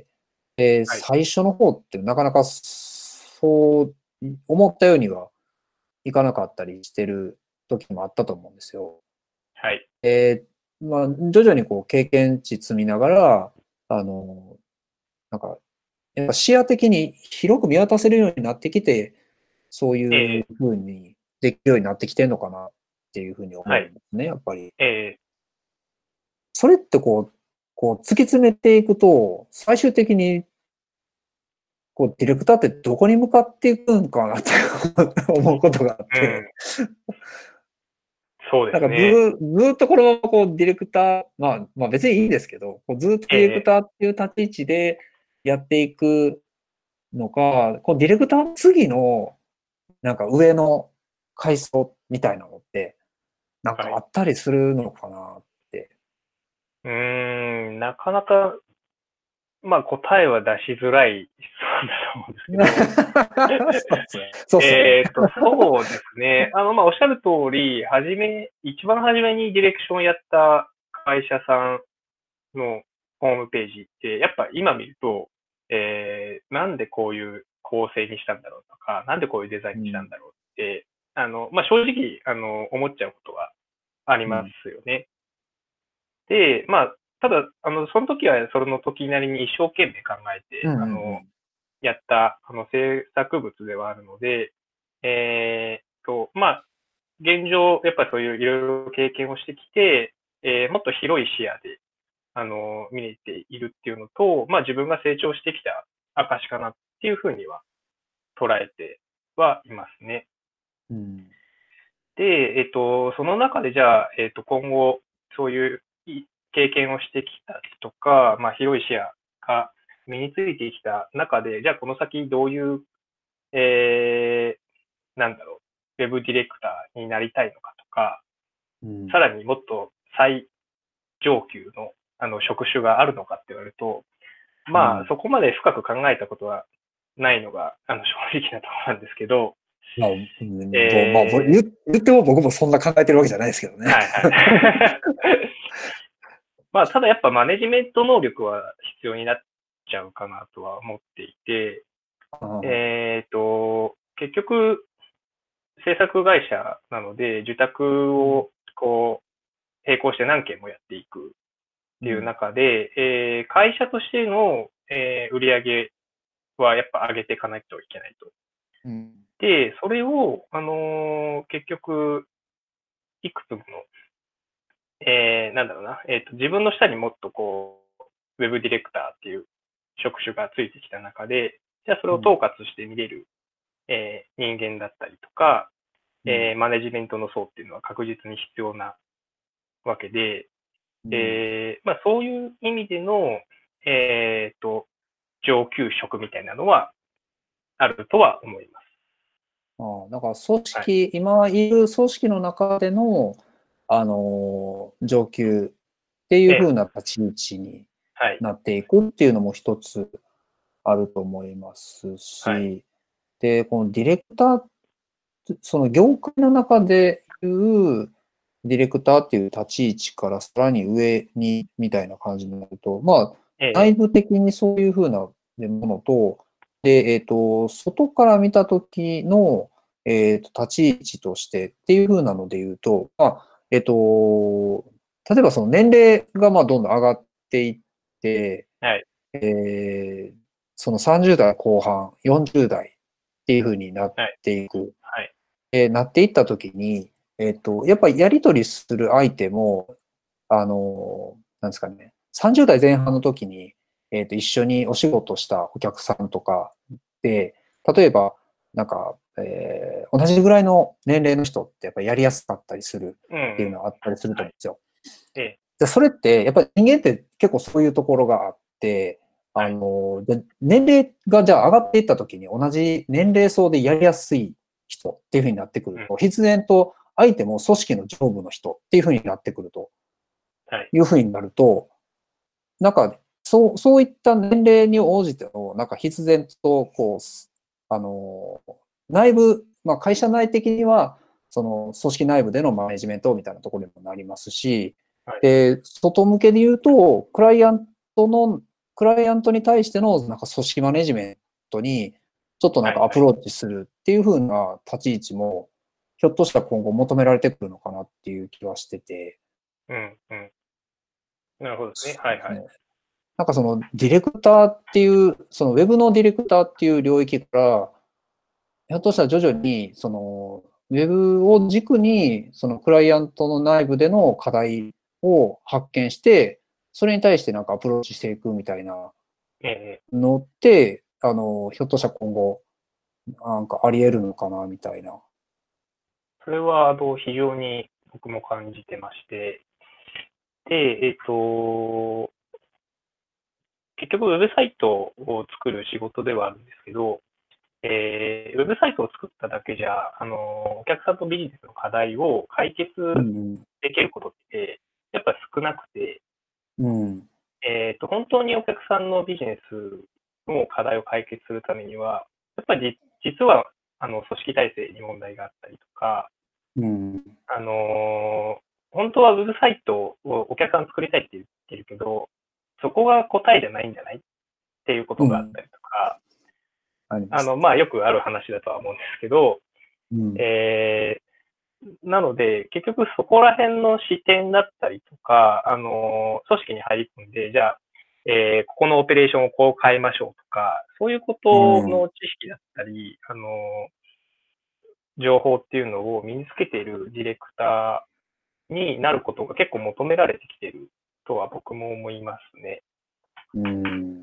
はい。 最初の方ってなかなかそう思ったようにはいかなかったりしてる時もあったと思うんですよ。 はい。 まあ、徐々にこう経験値積みながら、あの、なんか、やっぱ視野的に広く見渡せるようになってきて、そういうえふうにできるようになってきてるのかなっていうふうにはい。 思うんですね、やっぱり。 えそれってこう突き詰めていくと、最終的にこうディレクターってどこに向かっていくんかなって思うことがあっうん。 て、 そうでなんかすね。 ずっとこのままこうディレクター、まあ別にいいんですけど、こうずっとディレクえターっていう立ち位置でやっていくのか、こうディレクターの次のなんか上の階層みたいなのって、なんはい。 かあったりするのかなって。 なかなか、まあ答えは出しづらい質問だと思うんですけど、 そうっすね。そうっすよね。 そうですね。まあ、おっしゃる通り、一番初めにディレクションやった会社さんのホームページって、やっぱ今見ると、なんでこういう構成にしたんだろうとか、なんでこういうデザインにしたうん。 んだろうって、まあ、正直、思っちゃうことはありまうん。 すよね。で、まあ、ただ、その時はその時なりに一生懸命考えて、 うんうんやった、制作物ではあるので、まあ、現状、やっぱりそういういろいろ経験をしてきて、もっと広い視野で、見れているっていうのと、まあ自分が成長してきた証かなっていうふうには捉えてはいますね。 うん。 で、その中でじゃあ、今後、そういう経験をしてきたとか、まあ広い視野が身についてきた中で、じゃあこの先どういう、えなんだろう、ウェブディレクターになりたいのかとか、 うん。 さらにもっと最上級の職種があるのかって言われると、まあ、 うん。 そこまで深く考えたことはないのが、正直なところなんですけど、 まあ、うん、まあ、 え言っても僕もそんな考えてるわけじゃないですけどね。 はいはい。まあ、ただやっぱマネジメント能力は必要になっちゃうかなとは思っていて、 ああ、 結局、制作会社なので、受託うん。 をこう、並行して何件もやっていくっていううん。 中で、会社としての、売り上げはやっぱ上げていかないといけないと。 うん。 で、それを、結局、いくつもの、なんだろうな、自分の下にもっとこう、ウェブディレクターっていう職種がついてきた中で、じゃあそれをうん。 統括して見れる、人間だったりとか、 うん。 マネジメントの層っていうのは確実に必要なわけで、 うん。 まあそういう意味での、えっ、と、上級職みたいなのはあるとは思います。 ああ、だから組はい。 織、今いる組織の中での、上級っていう風な立ち位置にはい。 なっていくっていうのも一つあると思いますはい。 し、で、このディレクター、その業界の中でいうディレクターっていう立ち位置からさらに上にみたいな感じになると、まあ、内ええ部的にそういう風なものと、で、外から見た時の、立ち位置としてっていう風なので言うと、まあ、 例えばその年齢がまあどんどん上がっていって、 はい。 その30代後半、40代っていう風になっはい。 ていく。 はい。 なっていったときに、やっぱりやり取りする相手も、なんですかね、30代前半の時に、一緒にお仕事したお客さんとかで、例えば、なんか、同じぐらいの年齢の人ってやっぱりやりやすかったりするうん。 っていうのはあったりするとはい。 思うんですよ。 ええ。 で、それって、やっぱり人間って結構そういうところがあって、 はい。 で年齢がじゃあ上がっていったときに同じ年齢層でやりやすい人っていうふうになってくうん。 ると、必然と相手も組織の上部の人っていうふうになってくるとはい。 いうふうになると、なんか、そういった年齢に応じての、なんか必然と、こう、あの、内部、まあ、会社内的には、その組織内部でのマネジメントみたいなところにもなりますし、 はい。 で、外向けで言うと、クライアントに対してのなんか組織マネジメントに、ちょっとなんはい。はい。 かアプローチするっていう風な立ち位置も、ひょっとしたら今後求められてくるのかなっていう気はしてて、 うん。うん。なるほどですね。はい。はい。 そうですね。なんかそのディレクターっていう、そのウェブのディレクターっていう領域から、ひょっとしたら徐々に、そのウェブを軸に、そのクライアントの内部での課題を発見して、それに対してなんかアプローチしていくみたいなええ。 のって、ひょっとしたら今後、なんかあり得るのかな、みたいな。 それは、非常に僕も感じてまして、で、結局、ウェブサイトを作る仕事ではあるんですけど、ウェブサイトを作っただけじゃ、お客さんとビジネスの課題を解決うん、 できることって、やっぱ少なくて、 うん、 本当にお客さんのビジネスの課題を解決するためには、やっぱり実は、組織体制に問題があったりとか、 うん、 あの、本当はウェブサイトをお客さん作りたいって言ってるけど、そこが答えじゃないんじゃないっていうことうん、 があったりとか、 ありますまあ、 ね。 よくある話だとは思うんですけど、 うん、 えなので、結局そこら辺の視点だったりとか、組織に入り込んで、じゃあ、ここのオペレーションをこう変えましょうとか、そういうこうとん、 の知識だったり、情報っていうのを身につけているディレクターになることが結構求められてきているとは僕も思いますね。 うん。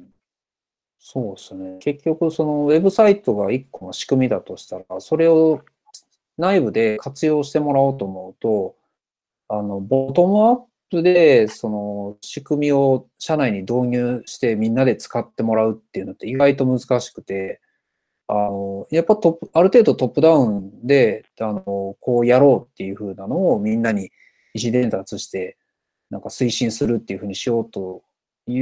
そうですね。結局、そのウェブサイトが一個の仕組みだとしたら、それを内部で活用してもらおうと思うと、ボトムアップで、その仕組みを社内に導入してみんなで使ってもらうっていうのって意外と難しくて、やっぱある程度トップダウンで、こうやろうっていう風なのをみんなに意思伝達して、なんか推進するっていう風にしようという、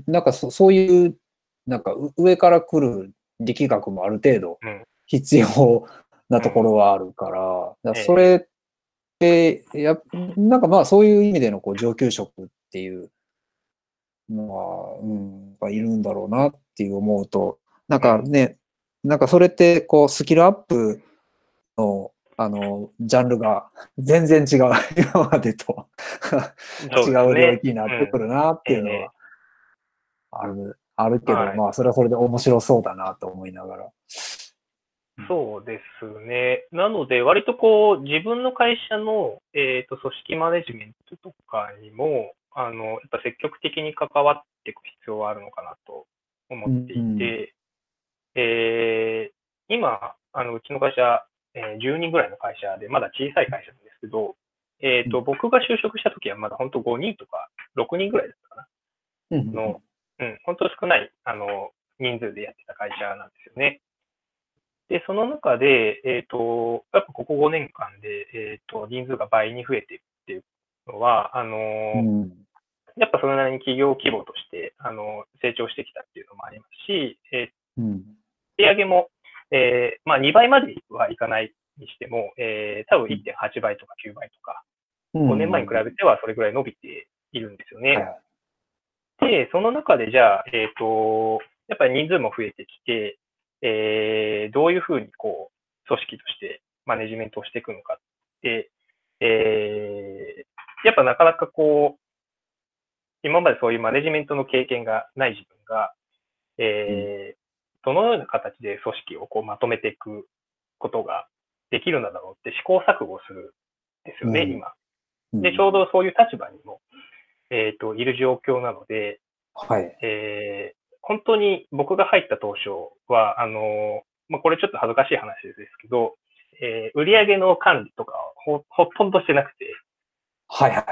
なんかそういう、なんか上から来る力学もある程度うん。 必要なうん。 ところはあるから、そえれってなんかまあそういう意味でのこう上級職っていうのは、やっぱいるんだろうなっていう思うと、なんうん。 かね、なんかそれってこうスキルアップの、ジャンルが全然違う。今までとそう違う領ですね。 域になってうん。 くるなっていうのはえあるけど、 はい。 まあそれはそれで面白そうだなと思いながら。うん。 そうですね。なので、割とこう、自分の会社の、組織マネジメントとかにも、やっぱ積極的に関わっていく必要はあるのかなと思うっていん。 て、今、うちの会社、10人ぐらいの会社で、まだ小さい会社なんですけど、 うん。 僕が就職した時はまだ本当5人とか6人ぐらいだったかうん。 なの、本当少ない、人数でやってた会社なんですよね。で、その中で、やっぱここ5年間で、人数が倍に増えているっていうのは、 うん。 やっぱそれなりに企業規模として、成長してきたっていうのもありますし、 うん。 売上も、まあ2倍まではいかないにしても、多分うん。 1.8倍とか9倍とか、 う 5年前に比ん。 べてはそれぐらい伸びているんですよね。 はいはい。 で、その中でじゃあ、やっぱり人数も増えてきて、どういうふうにこう、組織としてマネジメントをしていくのかって、 やっぱなかなかこう、今までそういうマネジメントの経験がない自分が、どのような形で組織をこうまとめていくことができるんだろうって試行錯誤するんですよね、今。で、ちょうどそういう立場にも、いる状況なので、 はい。 本当に僕が入った当初は、これちょっと恥ずかしい話ですけど、売上の管理とかほとんどしてなくて、 はいはい。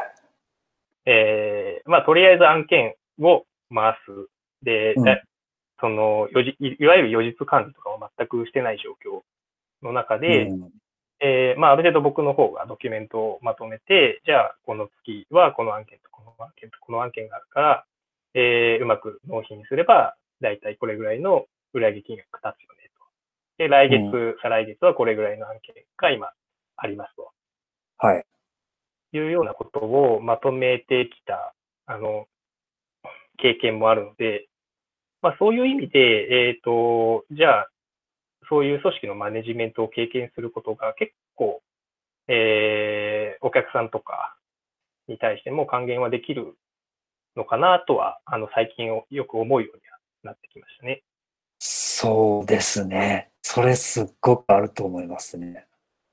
とりあえず案件を回す。で、 うん。 いわゆる予実管理とかを全くしてない状況の中で、 うん。 ある程度僕の方がドキュメントをまとめて、じゃあ、この月はこの案件とこの案件とこの案件があるから、うまく納品すれば、だいたいこれぐらいの売上金額立つよねと。で、来うん。 月、再来月はこれぐらいの案件が今ありますとはい。 いうようなことをまとめてきた、経験もあるので、そういう意味で、じゃあ、そういう組織のマネジメントを経験することが結構、お客さんとかに対しても還元はできるのかなとは、最近よく思うようになってきましたね。 そうですね。それすっごくあると思いますね。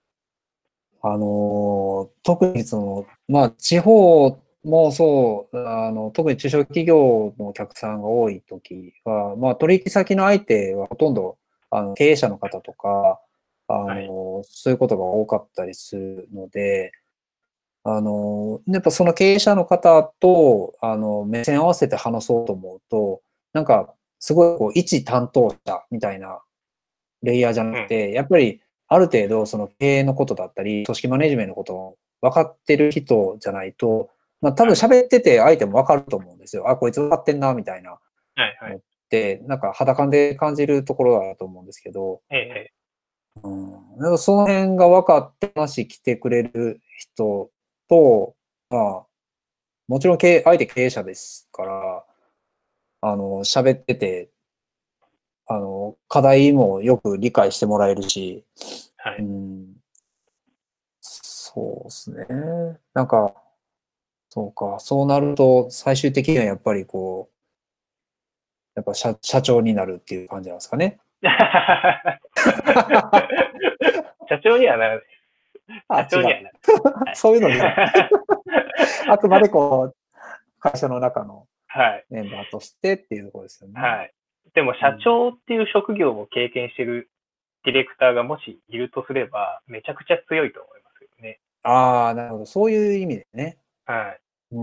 特に地方もそう、特に中小企業のお客さんが多いときは、取引先の相手はほとんど、経営者の方とか、 はい。 そういうことが多かったりするので、やっぱその経営者の方と、目線合わせて話そうと思うと、なんか、すごいこう、一担当者みたいなレイヤーじゃなうん。 くて、やっぱりある程度その経営のことだったり、組織マネジメントのことを分かってる人じゃないと、多分はい。 喋ってて相手も分かると思うんですよ。あ、こいつ分かってんな、みたいなはい。はい。 のって、なんか肌感で感じるところだと思うんですけど、 ええ、 うん、でもその辺が分かって話来てくれる人と、まあ、もちろん相手経営者ですから、喋ってて、課題もよく理解してもらえるし、 はい。 うん、そうですね。なんか、そうか、そうなると、最終的にはやっぱりこう、やっぱ社長になるっていう感じなんですかね。 社長にはならない。社あ、違う。 長にはならない。 そういうのじゃない。 はい。 あくまでこう、会社の中のはい。 メンバーとしてっていうところですよね。 はい。でも、社うん。 長っていう職業を経験してるディレクターがもしいるとすれば、めちゃくちゃ強いと思いますよね。 ああ、なるほど。そういう意味でね。 はい。 うん。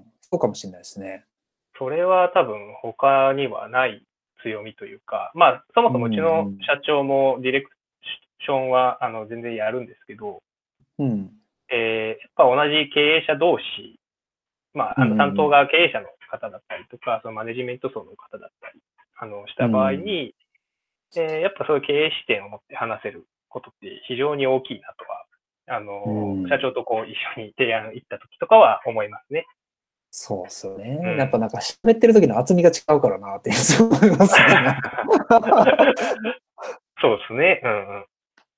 そうかもしれないですね。 それは多分他にはない強みというか、そもうそもうちのん、 社長もディレクションは全然やるんですけど、 うん。うん。 やっぱ同じ経営者同士、 うん、 担うん、 当が経営者の方だったりとか、そのマネジメント層の方だったり、した場合うん。 に、やっぱそういう経営視点を持って話せることって非常に大きいなとは、 う社ん。 長とこう一緒に提案行った時とかは思いますね。 そうっすよね。やっぱうん。 なんか喋ってる時の厚みが違うからなってそう思いますね、なんか。 そうですね。うんうん。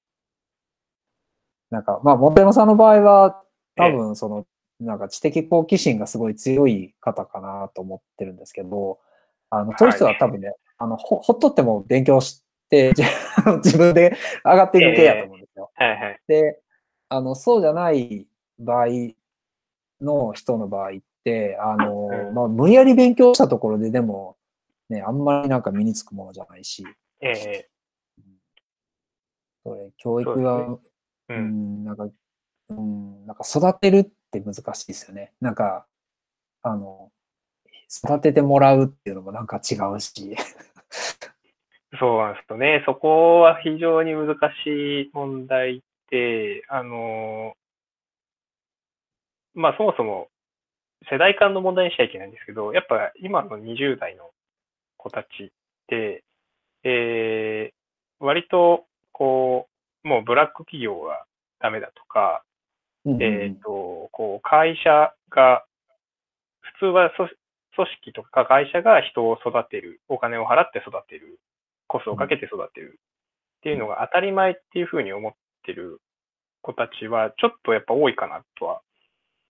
なんか、本山さんの場合は、多ええ。 分なんか知的好奇心がすごい強い方かなと思ってるんですけど、そういうはい。 人は多分ね、ほっとっても勉強して、自分で上がっていえく系やとえ。 思うんですよ。 はいはい。 で、そうじゃない場合の人の場合って、 うん。 無理やり勉強したところででも、ね、あんまりなんか身につくものじゃないし、 ええ。 それ、教そうですね。 育が、 うん。 なんか育てるって難しいですよね。なんか、あの、育ててもらうっていうのもなんか違うし。 そうなんですよね。そこは非常に難しい問題で、そもそも世代間の問題にしちゃいけないんですけど、やっぱ今の20代の子たちって、え割と、こもうブラック企業がダメだとか、 うんうんうん。 会社が、普通は組織とか会社が人を育てる、お金を払って育てる、コストをうん。 かけて育てるっていううん。 のが当たり前っていうふうに思ってる子たちは、ちょっとやっぱ多いかなとは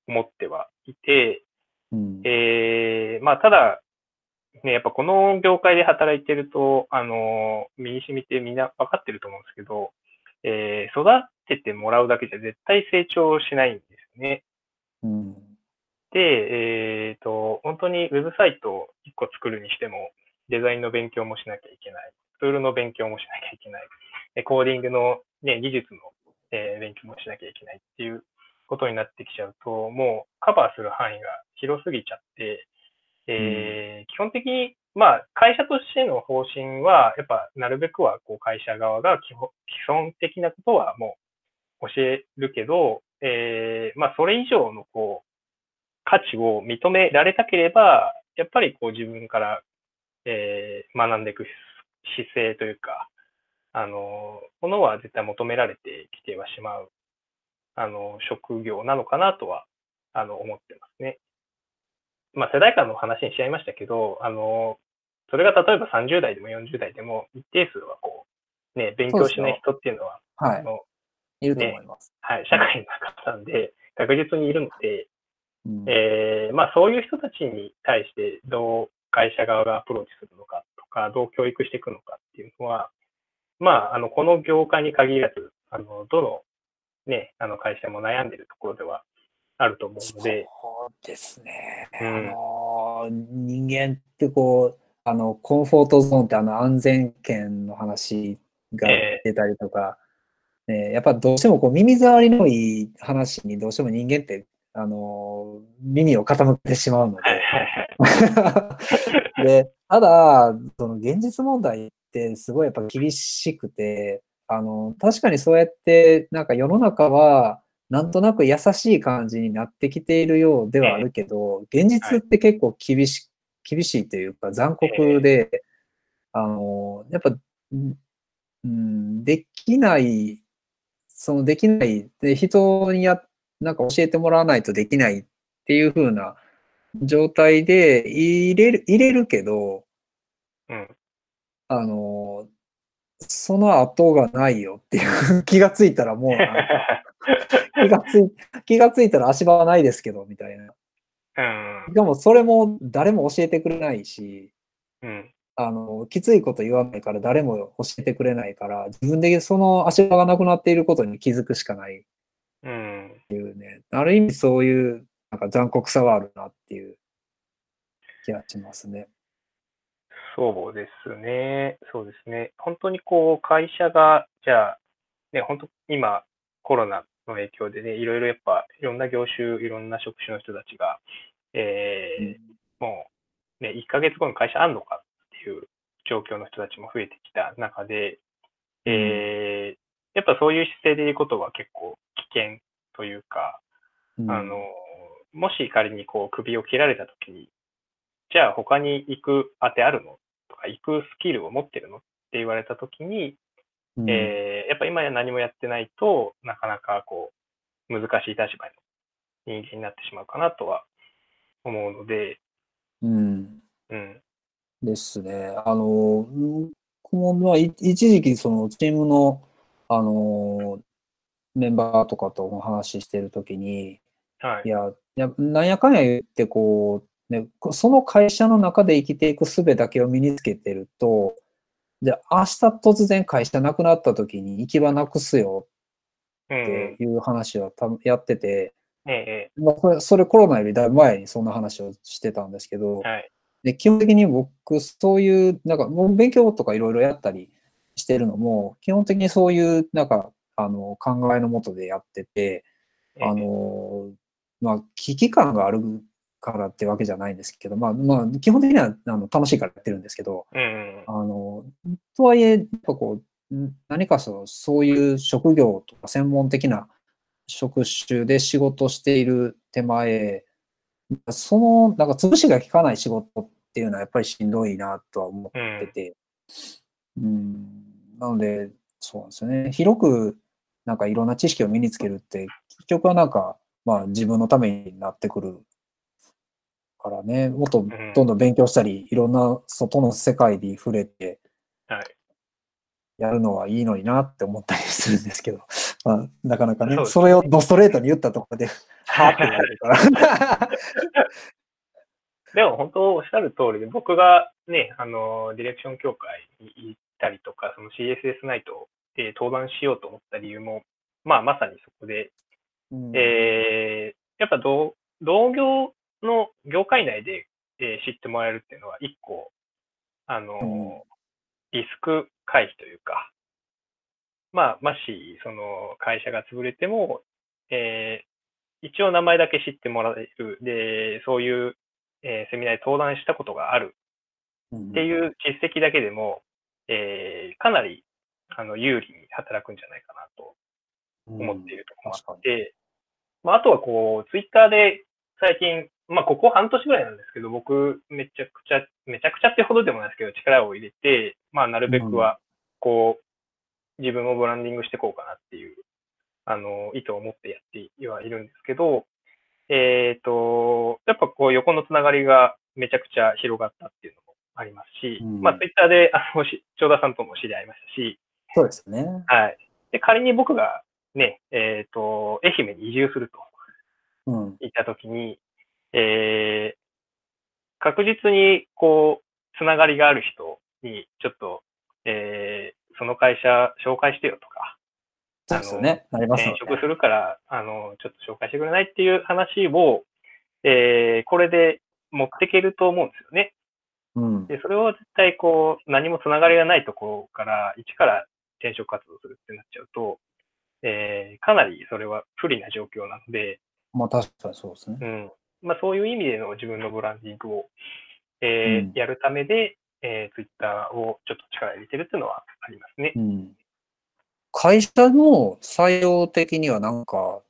思ってはいて、 うんまあ、ただ、ね、やっぱこの業界で働いてると、身に染みてみんな分かってると思うんですけど、育ててもらうだけじゃ絶対成長しないんですね。 うん。 で、本当にウェブサイトを1個作るにしても、デザインの勉強もしなきゃいけない。ツールの勉強もしなきゃいけない。コーディングの、ね、技術の、勉強もしなきゃいけないっていうことになってきちゃうと、もうカバーする範囲が広すぎちゃって、基本的に、まあ、会社としての方針は、やっぱ、なるべくは、こう、会社側が基本的なことはもう教えるけど、まあ、それ以上の、こう、価値を認められたければ、やっぱりこう自分から、学んでいく姿勢というか、ものは絶対求められてきてはしまう、職業なのかなとは、思ってますね。まあ、世代間の話にしちゃいましたけど、それが例えば30代でも40代でも、一定数はこう、ね、勉強しないそうですよ。 人っていうのは、 はい。いると思ね、 います。 はい、社会の中なんで、確実にいるので、 うん。 まあ、そういう人たちに対してどう会社側がアプローチするのかとか、どう教育していくのかっていうのは、まあ、この業界に限らず、どのね、会社も悩んでいるところではあると思うので、 そうですね。 うん、 人間ってこう、コンフォートゾーンって安全圏の話がえ出たりとか、ね、やっぱどうしてもこう耳障りのいい話にどうしても人間って、耳を傾けてしまうので、で、ただ、その現実問題ってすごいやっぱ厳しくて、確かにそうやってなんか世の中はなんとなく優しい感じになってきているようではあるけど、現はい、 実って結構厳しいというか残酷で、やっぱ、できない、できない、で、人になんか教えてもらわないとできないっていう風な状態で入れるけど、 うん、 あの、その後がないよっていう気がついたらもうなんか、気がつい、気がついたら足場はないですけど、みたいな。 うん、 しかもそれも誰も教えてくれないし、 うん、 きついこと言わないから誰も教えてくれないから、自分でその足場がなくなっていることに気づくしかないっうん。 ていうね。ある意味そういうなんか残酷さはあるなっていう気がしますね。 そうですね。そうですね。本当にこう、会社が、じゃあ、ね、本当今、コロナの影響でね、いろいろやっぱ、いろんな業種、いろんな職種の人たちが、 うん。 もう、ね、1ヶ月後に会社あんのかっていう状況の人たちも増えてきた中で、 うん。 やっぱそういう姿勢でいることは結構危険というか、あの、 うん。 もし仮にこう首を切られた時に、じゃあ他に行く当てあるのとか、行くスキルを持ってるのって言われた時に、 うん。 やっぱ今や何もやってないとなかなかこう難しい立場の人間になってしまうかなとは思うので、 うん。 うん。 ですね。僕もまあ一時期そのチームの、あの、メンバーとかとお話ししてるときに、 はい。 なんやかんや言ってこう、ね、その会社の中で生きていく術だけを身につけてると、じゃあ明日突然会社なくなった時に行き場なくすようんうん。 っていう話はやってて、 ええ、 まあ、それコロナよりだいぶ前にそんな話をしてたんですけど、 はい。 で、基本的に僕、そういう、なんか、もう勉強とかいろいろやったりしてるのも、基本的にそういう、なんか、考えのもとでやってて、あええ、 の、まあ、危機感があるからってわけじゃないんですけど、基本的には、楽しいからやってるんですけど、 うんうん。 あの、とはいえ、やっぱこう、何かそういう職業とか専門的な職種で仕事している手前、なんか潰しが効かない仕事っていうのはやっぱりしんどいなとは思っうん。 てて、なので、そうなんですよね。広く、なんかいろんな知識を身につけるって、結局はなんか、まあ自分のためになってくるからね、もっとうん。 どんどん勉強したり、いろんな外の世界に触れてはい。 やるのはいいのになって思ったりするんですけど、まあ、なかなかね、 そうでそれをすね。 ドストレートに言ったところではって言われるから。 でも本当おっしゃる通りで、僕がね、ディレクション協会に行ったりとか、その CSS ナイトで登壇しようと思った理由も、まあまさにそこで、やっぱ同業の業界内で、知ってもらえるっていうのは一個、リスク回避というか、まあ、もし、その会社が潰れても、一応名前だけ知ってもらえる。で、そういう、セミナーに登壇したことがあるっていう実績だけでも、かなり有利に働くんじゃないかなと思っているところもあって、まあ、あとはこう、ツイッターで最近、まあ、ここ半年ぐらいなんですけど、僕、めちゃくちゃってほどでもないですけど、力を入れて、まあ、なるべくは、こう、自分をブランディングしていこうかなっていう、意図を持ってやってはいるんですけど、やっぱこう、横のつながりがめちゃくちゃ広がったっていうのもありますし、まあ、ツイッターで、長田さんとも知り合いましたし、 そうですね。 はい。で、仮に僕がね、愛媛に移住するといったときに、確実にこう、つながりがある人に、ちょっと、その会社紹介してよとか、 そうですよね。なりますよね。 転職するから、ちょっと紹介してくれないっていう話を、これで持っていけると思うんですよね。で、それを絶対こう、何もつながりがないところから、一から転職活動するってなっちゃうと、かなりそれは不利な状況なので、 まあ確かにそうですね。 まあそういう意味での自分のブランディングを、やるためで、ツイッターをちょっと力入れてるっていうのはありますね。 会社の採用的にはなんか、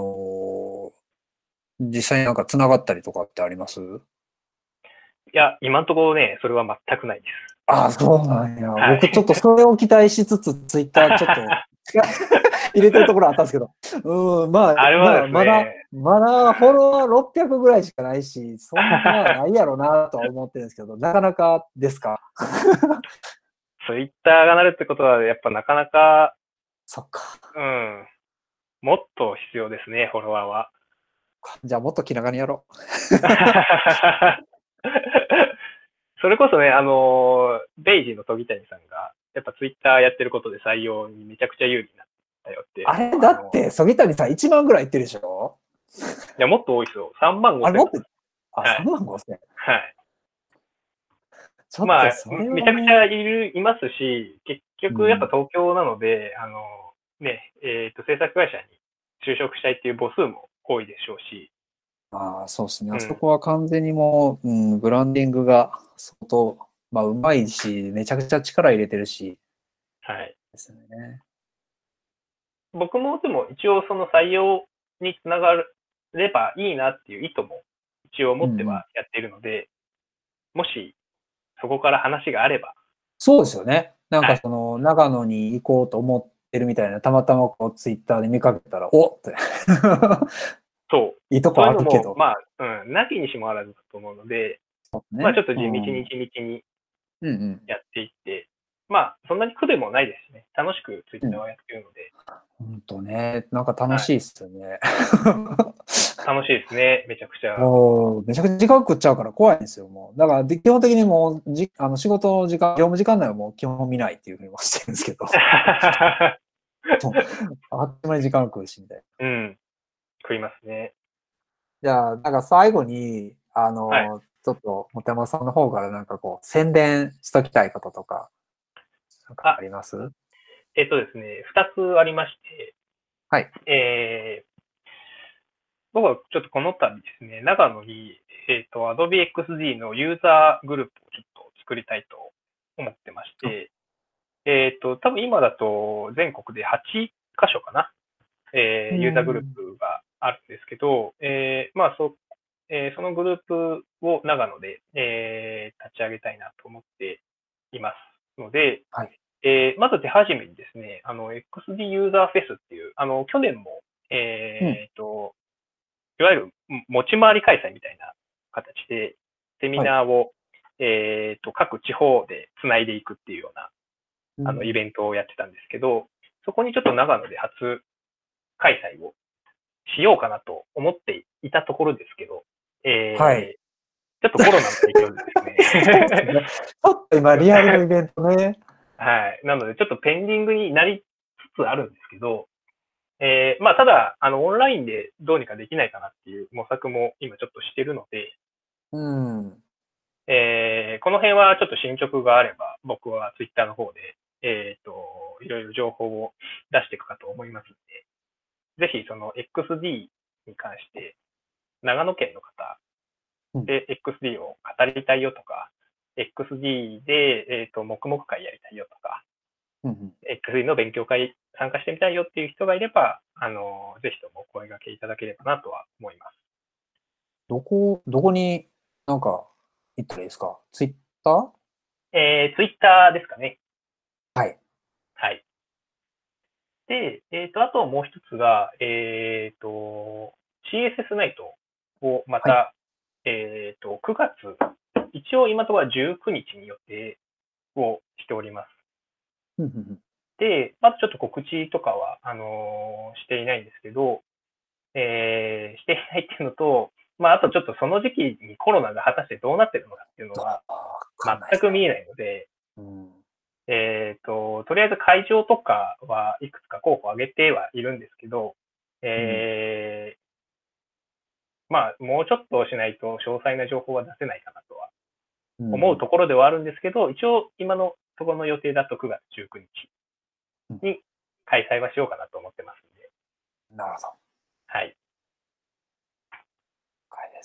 実際になんか繋がったりとかってあります？ いや、今のところね、それは全くないです。 ああ、そうなんや。 はい、 僕ちょっとそれを期待しつつ、ツイッターちょっと入れてるところあったんですけど、まあ、まだフォロワー600ぐらいしかないし、そんなないやろなとは思ってるんですけど、なかなかですか？ ツイッターがなるってことは、やっぱなかなか、 そっか。 もっと必要ですね、フォロワーは。 じゃあもっと気長にやろう。 それこそね、ベイジーの飛谷さんが、やっぱツイッターやってることで採用にめちゃくちゃ有利になったよって。 あれだって、飛谷さん1万ぐらいいってるでしょ？ いや、もっと多いですよ。3万5千。 あれもっと、3万5千。 はい。 ちょっとそれは、ね、 めちゃくちゃいますし、結局やっぱ東京なので、制作会社に就職したいっていう母数も多いでしょうし。 そうですね。あそこは完全にもう、ブランディングが相当、うまいし、めちゃくちゃ力入れてるし。 はい。 ですね。 僕もでも一応その採用につながればいいなっていう意図も一応持ってはやっているので、もしそこから話があれば。 そうですよね。なんかその、長野に行こうと思ってるみたいな、たまたまこうツイッターで見かけたら、おっって。 そう。 いいとこあるけど。 まあ、なきにしもあらずだと思うので、まあちょっと地道にやっていって、まあそんなに苦でもないですしね。楽しくツイッターをやってるので。 本当ね。なんか楽しいっすよね。 楽しいですね。めちゃくちゃ。 もう、めちゃくちゃ時間食っちゃうから怖いんですよ、もう。だから、基本的にもう、仕事の時間、業務時間内はもう基本見ないっていうふうにもしてるんですけど。あっという間に時間食うし、みたいな。食いますね。 じゃあ、なんか最後に、ちょっと、本山さんの方からなんかこう、宣伝しときたいこととか、なんかあります？ ですね、2つありまして、 はい。 僕はちょっとこの度ですね、長野に、Adobe XD のユーザーグループをちょっと作りたいと思ってまして、多分今だと全国で8箇所かな、ユーザーグループがあるんですけど、そのグループを長野で、立ち上げたいなと思っていますので、 はい。 まず手始めにですね、XD ユーザーフェスっていう、去年も、いわゆる持ち回り開催みたいな形で、セミナーを、各地方でつないでいくっていうような、イベントをやってたんですけど、そこにちょっと長野で初開催をしようかなと思っていたところですけど、 はい。 ちょっとコロナの影響でですそうですね。 ね。 ちょっと今、リアルのイベントね。 はい。なので、ちょっとペンディングになりつつあるんですけど、まあ、ただ、オンラインでどうにかできないかなっていう模索も今ちょっとしてるので、 うん。 この辺はちょっと進捗があれば、僕はツイッターの方で、いろいろ情報を出していくかと思いますので、ぜひその XD に関して、長野県の方うん。 で XD を語りたいよとか、XD で、黙々会やりたいよとか、 うん。 XD の勉強会参加してみたいよっていう人がいれば、ぜひともお声掛けいただければなとは思います。 どこになんか行ったらいいですか？ツイッター？ ツイッターですかね。 はい。 はい。で、あともう一つが、CSS ナイトをまはい。 た、9月、一応今のところは19日に予定をしております。 うんうんで、まずちょっと告知とかは、していないんですけど、していないっていうのと、まあ、あとちょっとその時期にコロナが果たしてどうなってるのかっていうのはわかんないですね。 全く見えないので、 うん。 とりあえず会場とかはいくつか候補を挙げてはいるんですけど、 うん。 まあ、もうちょっとしないと詳細な情報は出せないかなとはうん。 思うところではあるんですけど、一応今のところの予定だと9月19日うん。 に開催はしようかなと思ってますんで、 なるほど。 はい。 了解です。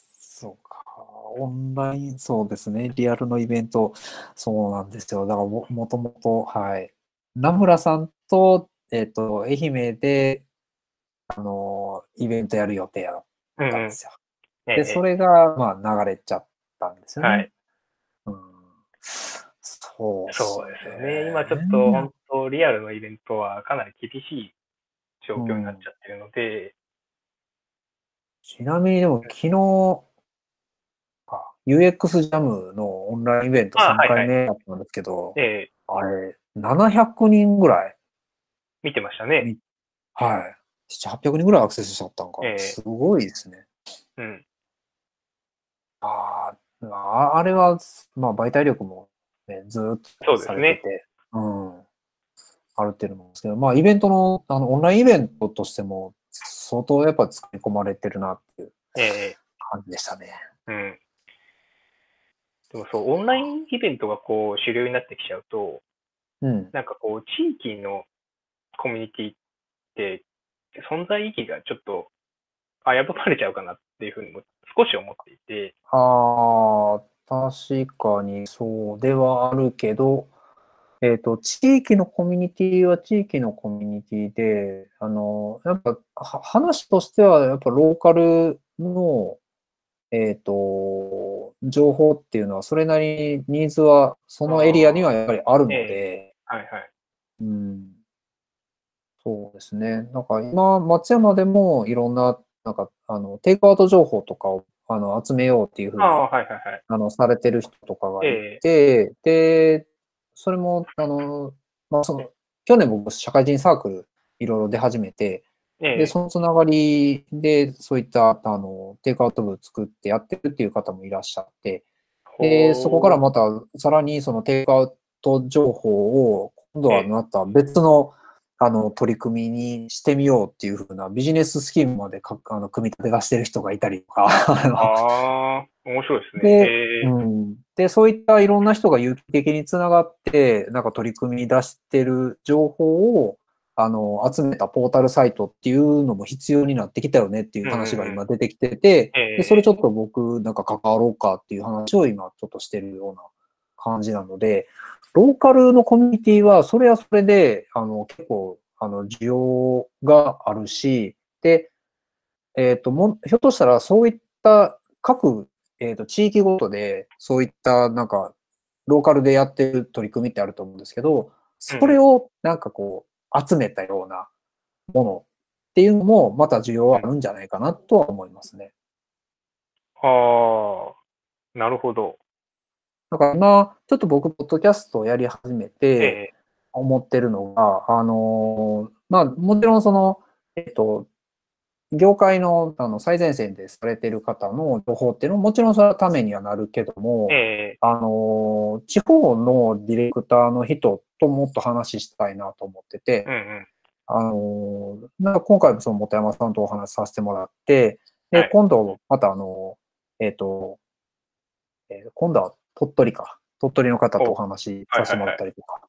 そうか。オンライン、そうですね。リアルのイベント、そうなんですよ。だからもともと、はい。名村さんと、愛媛で、イベントやる予定だっうんうん。 たんですよ。で、そええ、 れが、まあ、流れちゃったんですよね。 はい。 うん。そうっすそうですよね。今ちょっとね。 本当リアルのイベントはかなり厳しい状況になっうん。 ちゃってるので、 ちなみにでも昨日か、UX ジャムのオンラインイベントああ、 3 はいはい。 回目だったんですけど、 ええ、 あれ、700人ぐらい、 見てましたね。 みはい。7、800人ぐらいアクセスしちゃったんかな。すええ、 ごいですね。 うん。 あれは、まあ、媒体力も、ね、ずーっとさそうですね。 れてて、うん、あるっていうのもんですけど、まあ、イベントの、オンラインイベントとしても、相当やっぱ作り込まれてるなっていうええ、 感じでしたね。 うん。でもそう、オンラインイベントがこう主流になってきちゃうと、 うん。 なんかこう、地域のコミュニティって存在意義がちょっと危ぶまれちゃうかなっていうふうにも少し思っていて、 ああ、確かにそうではあるけど、地域のコミュニティは地域のコミュニティで、やっぱ話としては、やっぱローカルの、情報っていうのは、それなりにニーズは、そのエリアにああ、 はやっぱりあるええ、 ので、 はいはい。 うん、そうですね。なんか今、松山でもいろんな、なんか、テイクアウト情報とかを、集めようっていうふうに、 ああ、はいはいはい。 されてる人とかがいええ、 て、で、それも、まあ、去年僕、社会人サークル、いろいろ出始めて、で、 ええ、 そのつながりで、そういった、テイクアウト部作ってやってるっていう方もいらっしゃって、で、そこからほう、 また、さらにそのテイクアウト情報を、今度ええ、 はまた別の、取り組みにしてみようっていう風なビジネススキームまで組み立て出してる人がいたりとか、 ああ、面白いですね。 で、 ええ、 うん。で、そういったいろんな人が有機的につながって、なんか取り組み出してる情報を、集めたポータルサイトっていうのも必要になってきたよねっていううんうん話がうん。 今出てきてて、 えで、それちょっえ、 と僕なんか関わろうかっていう話を今ちょっとしてるような感じなので、ローカルのコミュニティはそれはそれで、結構、需要があるし、で、ひょっとしたらそういった各、地域ごとで、そういったなんか、ローカルでやってる取り組みってあると思うんですけど、 うんうん。 それをなんかこう、集めたようなものっていうのも、また需要はあうん。 るんじゃないかなとは思いますね。 ああ、なるほど。 だから今、ちょっと僕、ポッドキャストをやり始めて、 ええ、 思ってるのが、まあ、もちろんその、 業界の、最前線でされてる方の情報っていうのももちろんそれはためにはなるけども、地方のディレクターの人ともっと話したいなと思ってて、なんか今回もその本山さんとお話しさせてもらって、で、今度また今度は鳥取の方とお話しさせてもらったりとか、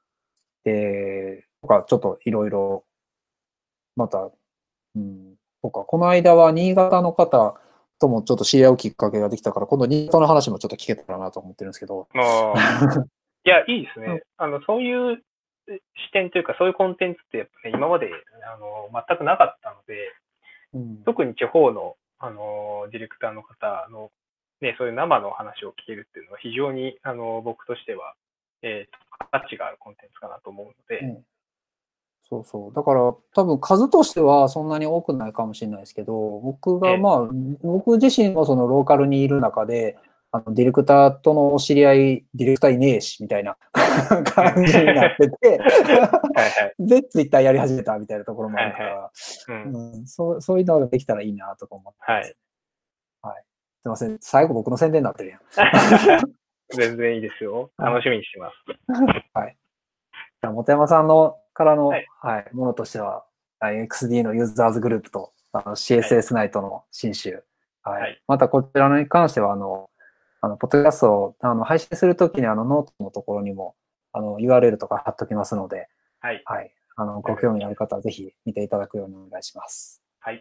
ちょっといろいろ、また、この間は新潟の方ともちょっと知り合うきっかけができたから、今度新潟の話もちょっと聞けたらなと思ってるんですけど。 いや、いいですね。そういう視点というか、そういうコンテンツってやっぱね、今まで全くなかったので、特に地方のディレクターの方の、ね、そういう生の話を聞けるっていうのは非常に僕としては、価値があるコンテンツかなと思うので。 そうそう。だから多分数としてはそんなに多くないかもしれないですけど、僕自身もそのローカルにいる中で、ディレクターとのお知り合い、ディレクターいねえし、みたいな感じになってて、で、ツイッターやり始めたみたいなところもあるから、そういうのができたらいいなとか思ってます。はい。すいません。最後僕の宣伝になってるやん。 全然いいですよ。楽しみにしてます。 はい。じゃあ、本山さんのからの、ものとしては、XD のユーザーズグループとCSS ナイトの新集。またこちらに関しては、ポッドキャストを配信するときにノートのところにもURL とか貼っときますので、ご興味のある方はぜひ見ていただくようにお願いします。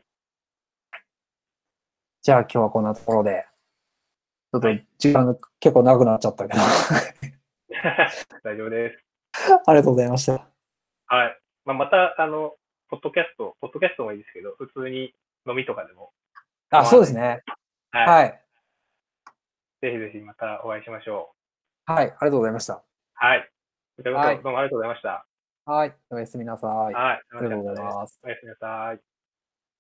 じゃあ今日はこんなところで、ちょっと時間が結構長くなっちゃったけど。 大丈夫です。 ありがとうございました。 はい。また、ポッドキャストもいいですけど、普通に飲みとかでも。 そうですね。はい。 ぜひぜひまたお会いしましょう。はい。ありがとうございました。 はい。こちらこそどうもありがとうございました。 はい。おやすみなさい。 はい。 ありがとうございます。 おやすみなさい。